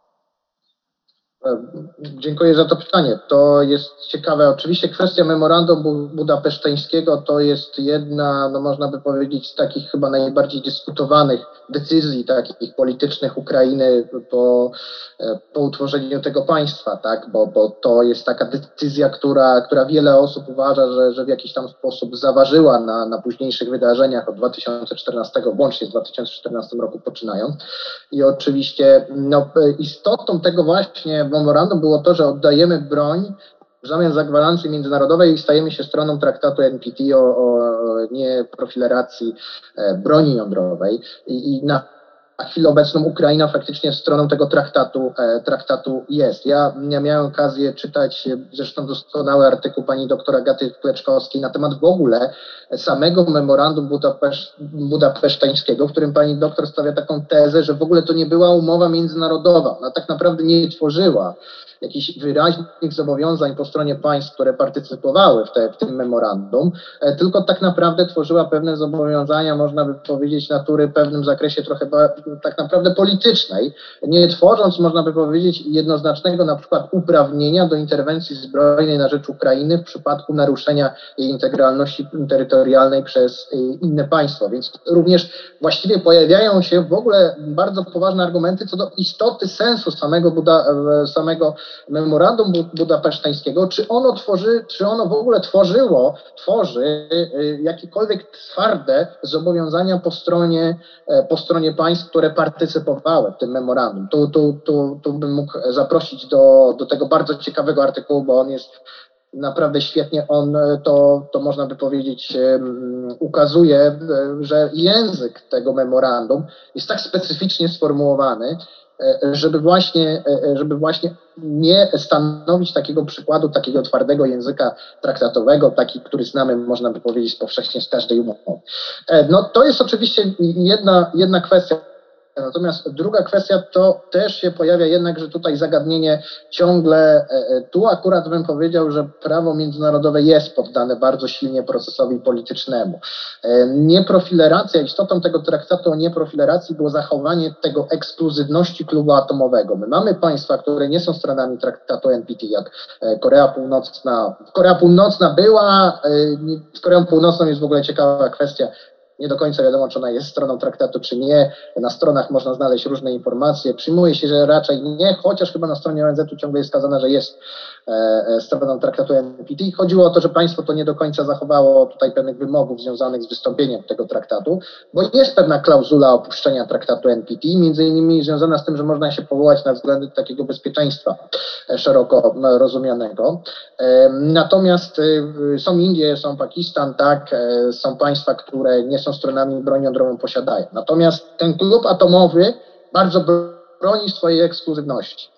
Dziękuję za to pytanie. To jest ciekawe. Oczywiście kwestia memorandum budapeszteńskiego to jest jedna, no można by powiedzieć, z takich chyba najbardziej dyskutowanych decyzji takich politycznych Ukrainy po, po utworzeniu tego państwa, tak? Bo, bo to jest taka decyzja, która, która wiele osób uważa, że, że w jakiś tam sposób zaważyła na, na późniejszych wydarzeniach od dwa tysiące czternastego, włącznie z dwa tysiące czternastym roku poczynając. I oczywiście no, istotą tego właśnie memorandum było to, że oddajemy broń w zamian za gwarancje międzynarodowe i stajemy się stroną traktatu N P T o, o nieproliferacji broni jądrowej. I, i na A chwilę obecną Ukraina faktycznie stroną tego traktatu, e, traktatu jest. Ja, ja miałem okazję czytać zresztą doskonały artykuł pani doktor Agaty Kleczkowskiej na temat w ogóle samego memorandum Budapesz, budapesztańskiego, w którym pani doktor stawia taką tezę, że w ogóle to nie była umowa międzynarodowa. Ona tak naprawdę nie tworzyła jakichś wyraźnych zobowiązań po stronie państw, które partycypowały w, te, w tym memorandum, tylko tak naprawdę tworzyła pewne zobowiązania, można by powiedzieć, natury w pewnym zakresie trochę tak naprawdę politycznej, nie tworząc, można by powiedzieć, jednoznacznego na przykład uprawnienia do interwencji zbrojnej na rzecz Ukrainy w przypadku naruszenia jej integralności terytorialnej przez inne państwo. Więc również właściwie pojawiają się w ogóle bardzo poważne argumenty co do istoty sensu samego, Buda, samego memorandum budapeszteńskiego, czy ono tworzy, czy ono w ogóle tworzyło, tworzy jakiekolwiek twarde zobowiązania po stronie, po stronie państw, które partycypowały w tym memorandum. Tu, tu, tu, tu bym mógł zaprosić do, do tego bardzo ciekawego artykułu, bo on jest naprawdę świetnie, on to, to można by powiedzieć ukazuje, że język tego memorandum jest tak specyficznie sformułowany, żeby właśnie, żeby właśnie nie stanowić takiego przykładu, takiego twardego języka traktatowego, taki, który znamy, można by powiedzieć, powszechnie z każdej umowy. No to jest oczywiście jedna, jedna kwestia. Natomiast druga kwestia to też się pojawia jednak, że tutaj zagadnienie ciągle, tu akurat bym powiedział, że prawo międzynarodowe jest poddane bardzo silnie procesowi politycznemu. Nieprofileracja, istotą tego traktatu o nieprofileracji było zachowanie tego ekskluzywności klubu atomowego. My mamy państwa, które nie są stronami traktatu N P T, jak Korea Północna. Korea Północna była, z Koreą Północną jest w ogóle ciekawa kwestia. Nie do końca wiadomo, czy ona jest stroną traktatu, czy nie. Na stronach można znaleźć różne informacje. Przyjmuje się, że raczej nie, chociaż chyba na stronie O N Z u ciągle jest wskazane, że jest e, stroną traktatu N P T. Chodziło o to, że państwo to nie do końca zachowało tutaj pewnych wymogów związanych z wystąpieniem tego traktatu, bo jest pewna klauzula opuszczenia traktatu N P T, między innymi związana z tym, że można się powołać na względy takiego bezpieczeństwa szeroko rozumianego. E, natomiast e, są Indie, są Pakistan, tak, e, są państwa, które nie są stronami broń jądrową posiadają. Natomiast ten klub atomowy bardzo broni swojej ekskluzywności.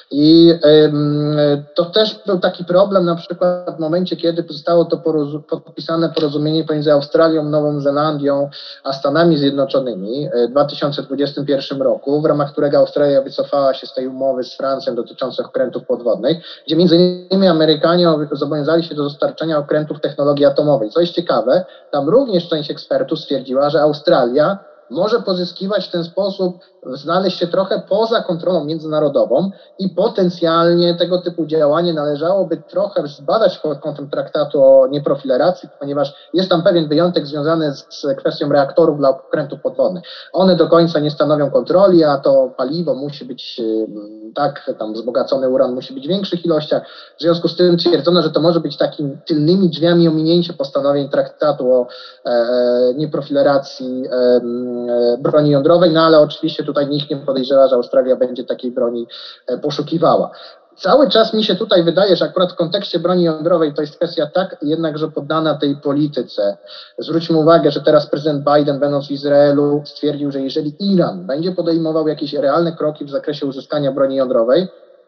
I ym, to też był taki problem na przykład w momencie, kiedy zostało to porozu- podpisane porozumienie pomiędzy Australią, Nową Zelandią a Stanami Zjednoczonymi w dwa tysiące dwudziestym pierwszym roku, w ramach którego Australia wycofała się z tej umowy z Francją dotyczących okrętów podwodnych, gdzie między innymi Amerykanie zobowiązali się do dostarczenia okrętów technologii atomowej. Co jest ciekawe, tam również część ekspertów stwierdziła, że Australia może pozyskiwać w ten sposób, znaleźć się trochę poza kontrolą międzynarodową i potencjalnie tego typu działanie należałoby trochę zbadać pod kątem traktatu o nieprofileracji, ponieważ jest tam pewien wyjątek związany z kwestią reaktorów dla okrętów podwodnych. One do końca nie stanowią kontroli, a to paliwo musi być, tak, tam wzbogacony uran musi być w większych ilościach. W związku z tym twierdzono, że to może być takim tylnymi drzwiami ominięcie postanowień traktatu o e, nieprofileracji e, broni jądrowej, no ale oczywiście tutaj nikt nie podejrzewa, że Australia będzie takiej broni poszukiwała. Cały czas mi się tutaj wydaje, że akurat w kontekście broni jądrowej to jest kwestia tak jednakże poddana tej polityce. Zwróćmy uwagę, że teraz prezydent Biden, będąc w Izraelu, stwierdził, że jeżeli Iran będzie podejmował jakieś realne kroki w zakresie uzyskania broni jądrowej,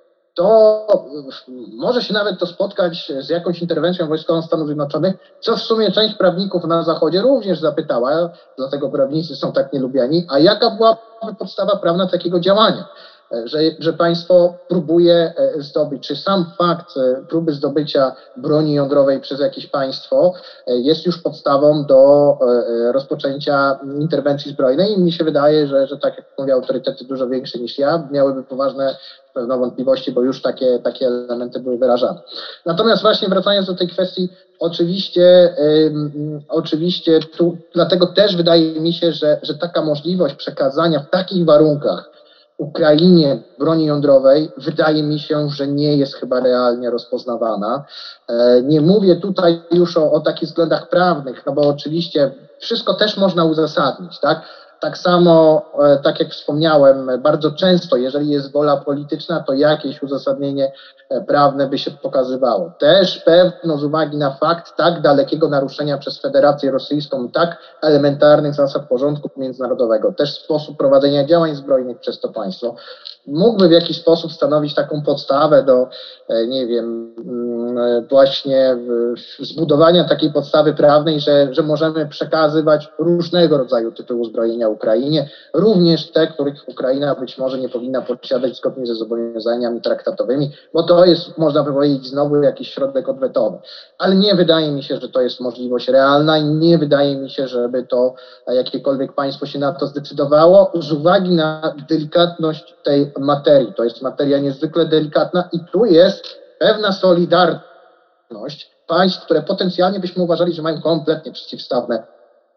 to może się nawet to spotkać z jakąś interwencją wojskową Stanów Zjednoczonych, co w sumie część prawników na Zachodzie również zapytała, dlatego prawnicy są tak nielubiani, a jaka byłaby podstawa prawna takiego działania? Że, że państwo próbuje zdobyć, czy sam fakt próby zdobycia broni jądrowej przez jakieś państwo jest już podstawą do rozpoczęcia interwencji zbrojnej i mi się wydaje, że, że tak jak mówię, autorytety dużo większe niż ja miałyby poważne pewne wątpliwości, bo już takie, takie elementy były wyrażane. Natomiast właśnie wracając do tej kwestii, oczywiście, ym, oczywiście tu, dlatego też wydaje mi się, że, że taka możliwość przekazania w takich warunkach Ukrainie broni jądrowej wydaje mi się, że nie jest chyba realnie rozpoznawana. Nie mówię tutaj już o, o takich względach prawnych, no bo oczywiście wszystko też można uzasadnić, tak? Tak samo, tak jak wspomniałem, bardzo często, jeżeli jest wola polityczna, to jakieś uzasadnienie prawne by się pokazywało. Też pewno z uwagi na fakt tak dalekiego naruszenia przez Federację Rosyjską tak elementarnych zasad porządku międzynarodowego, też sposób prowadzenia działań zbrojnych przez to państwo, mógłby w jakiś sposób stanowić taką podstawę do, nie wiem, właśnie zbudowania takiej podstawy prawnej, że, że możemy przekazywać różnego rodzaju typy uzbrojenia Ukrainie, również te, których Ukraina być może nie powinna posiadać zgodnie ze zobowiązaniami traktatowymi, bo to jest, można by powiedzieć, znowu jakiś środek odwetowy. Ale nie wydaje mi się, że to jest możliwość realna i nie wydaje mi się, żeby to jakiekolwiek państwo się na to zdecydowało z uwagi na delikatność tej materii. To jest materia niezwykle delikatna i tu jest pewna solidarność państw, które potencjalnie byśmy uważali, że mają kompletnie przeciwstawne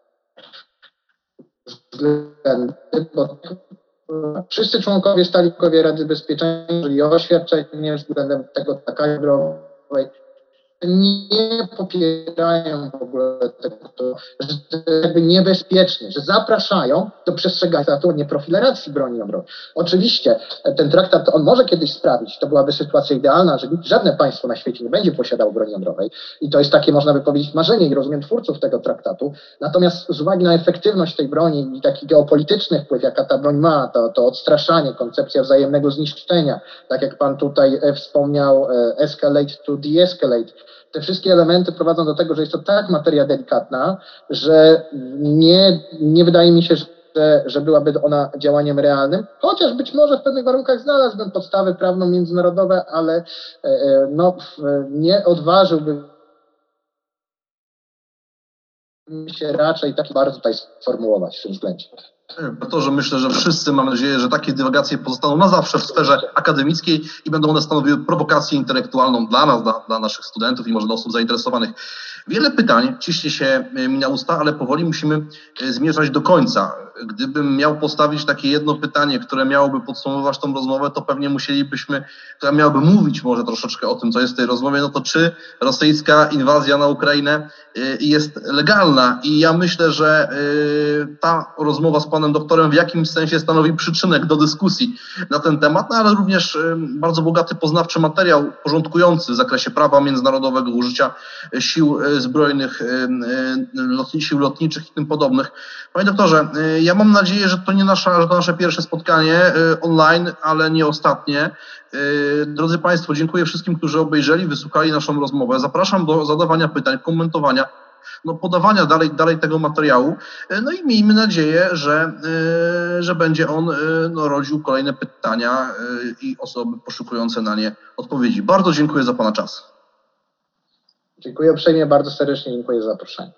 względy, bo wszyscy członkowie stali członkowie Rady Bezpieczeństwa, jeżeli oświadczenie względem tego ataku jądrowej, nie popierają w ogóle tego, że to jakby niebezpiecznie, że zapraszają do przestrzegania traktatu o nieprofileracji broni jądrowej. Oczywiście ten traktat, on może kiedyś sprawić, to byłaby sytuacja idealna, że żadne państwo na świecie nie będzie posiadało broni jądrowej i to jest takie, można by powiedzieć, marzenie i rozumiem twórców tego traktatu. Natomiast z uwagi na efektywność tej broni i taki geopolityczny wpływ, jaka ta broń ma, to, to odstraszanie, koncepcja wzajemnego zniszczenia, tak jak pan tutaj wspomniał, escalate to de-escalate, te wszystkie elementy prowadzą do tego, że jest to tak materia delikatna, że nie, nie wydaje mi się, że, że byłaby ona działaniem realnym, chociaż być może w pewnych warunkach znalazłbym podstawy prawno-międzynarodowe, ale no, nie odważyłbym się raczej tak bardzo tutaj sformułować w tym względzie. To, że myślę, że wszyscy, mam nadzieję, że takie dywagacje pozostaną na zawsze w sferze akademickiej i będą one stanowiły prowokację intelektualną dla nas, dla, dla naszych studentów i może dla osób zainteresowanych. Wiele pytań ciśnie się mi na usta, ale powoli musimy zmierzać do końca. Gdybym miał postawić takie jedno pytanie, które miałoby podsumować tą rozmowę, to pewnie musielibyśmy, która miałaby mówić może troszeczkę o tym, co jest w tej rozmowie, no to czy rosyjska inwazja na Ukrainę jest legalna? I ja myślę, że ta rozmowa z panem doktorem w jakimś sensie stanowi przyczynek do dyskusji na ten temat, no ale również bardzo bogaty poznawczy materiał porządkujący w zakresie prawa międzynarodowego, użycia sił zbrojnych, sił lotniczych i tym podobnych. Panie doktorze, ja mam nadzieję, że to nie nasza, że to nasze pierwsze spotkanie online, ale nie ostatnie. Drodzy Państwo, dziękuję wszystkim, którzy obejrzeli, wysłuchali naszą rozmowę. Zapraszam do zadawania pytań, komentowania, no, podawania dalej, dalej tego materiału. No i miejmy nadzieję, że, że będzie on no, rodził kolejne pytania i osoby poszukujące na nie odpowiedzi. Bardzo dziękuję za Pana czas. Dziękuję uprzejmie, bardzo serdecznie dziękuję za zaproszenie.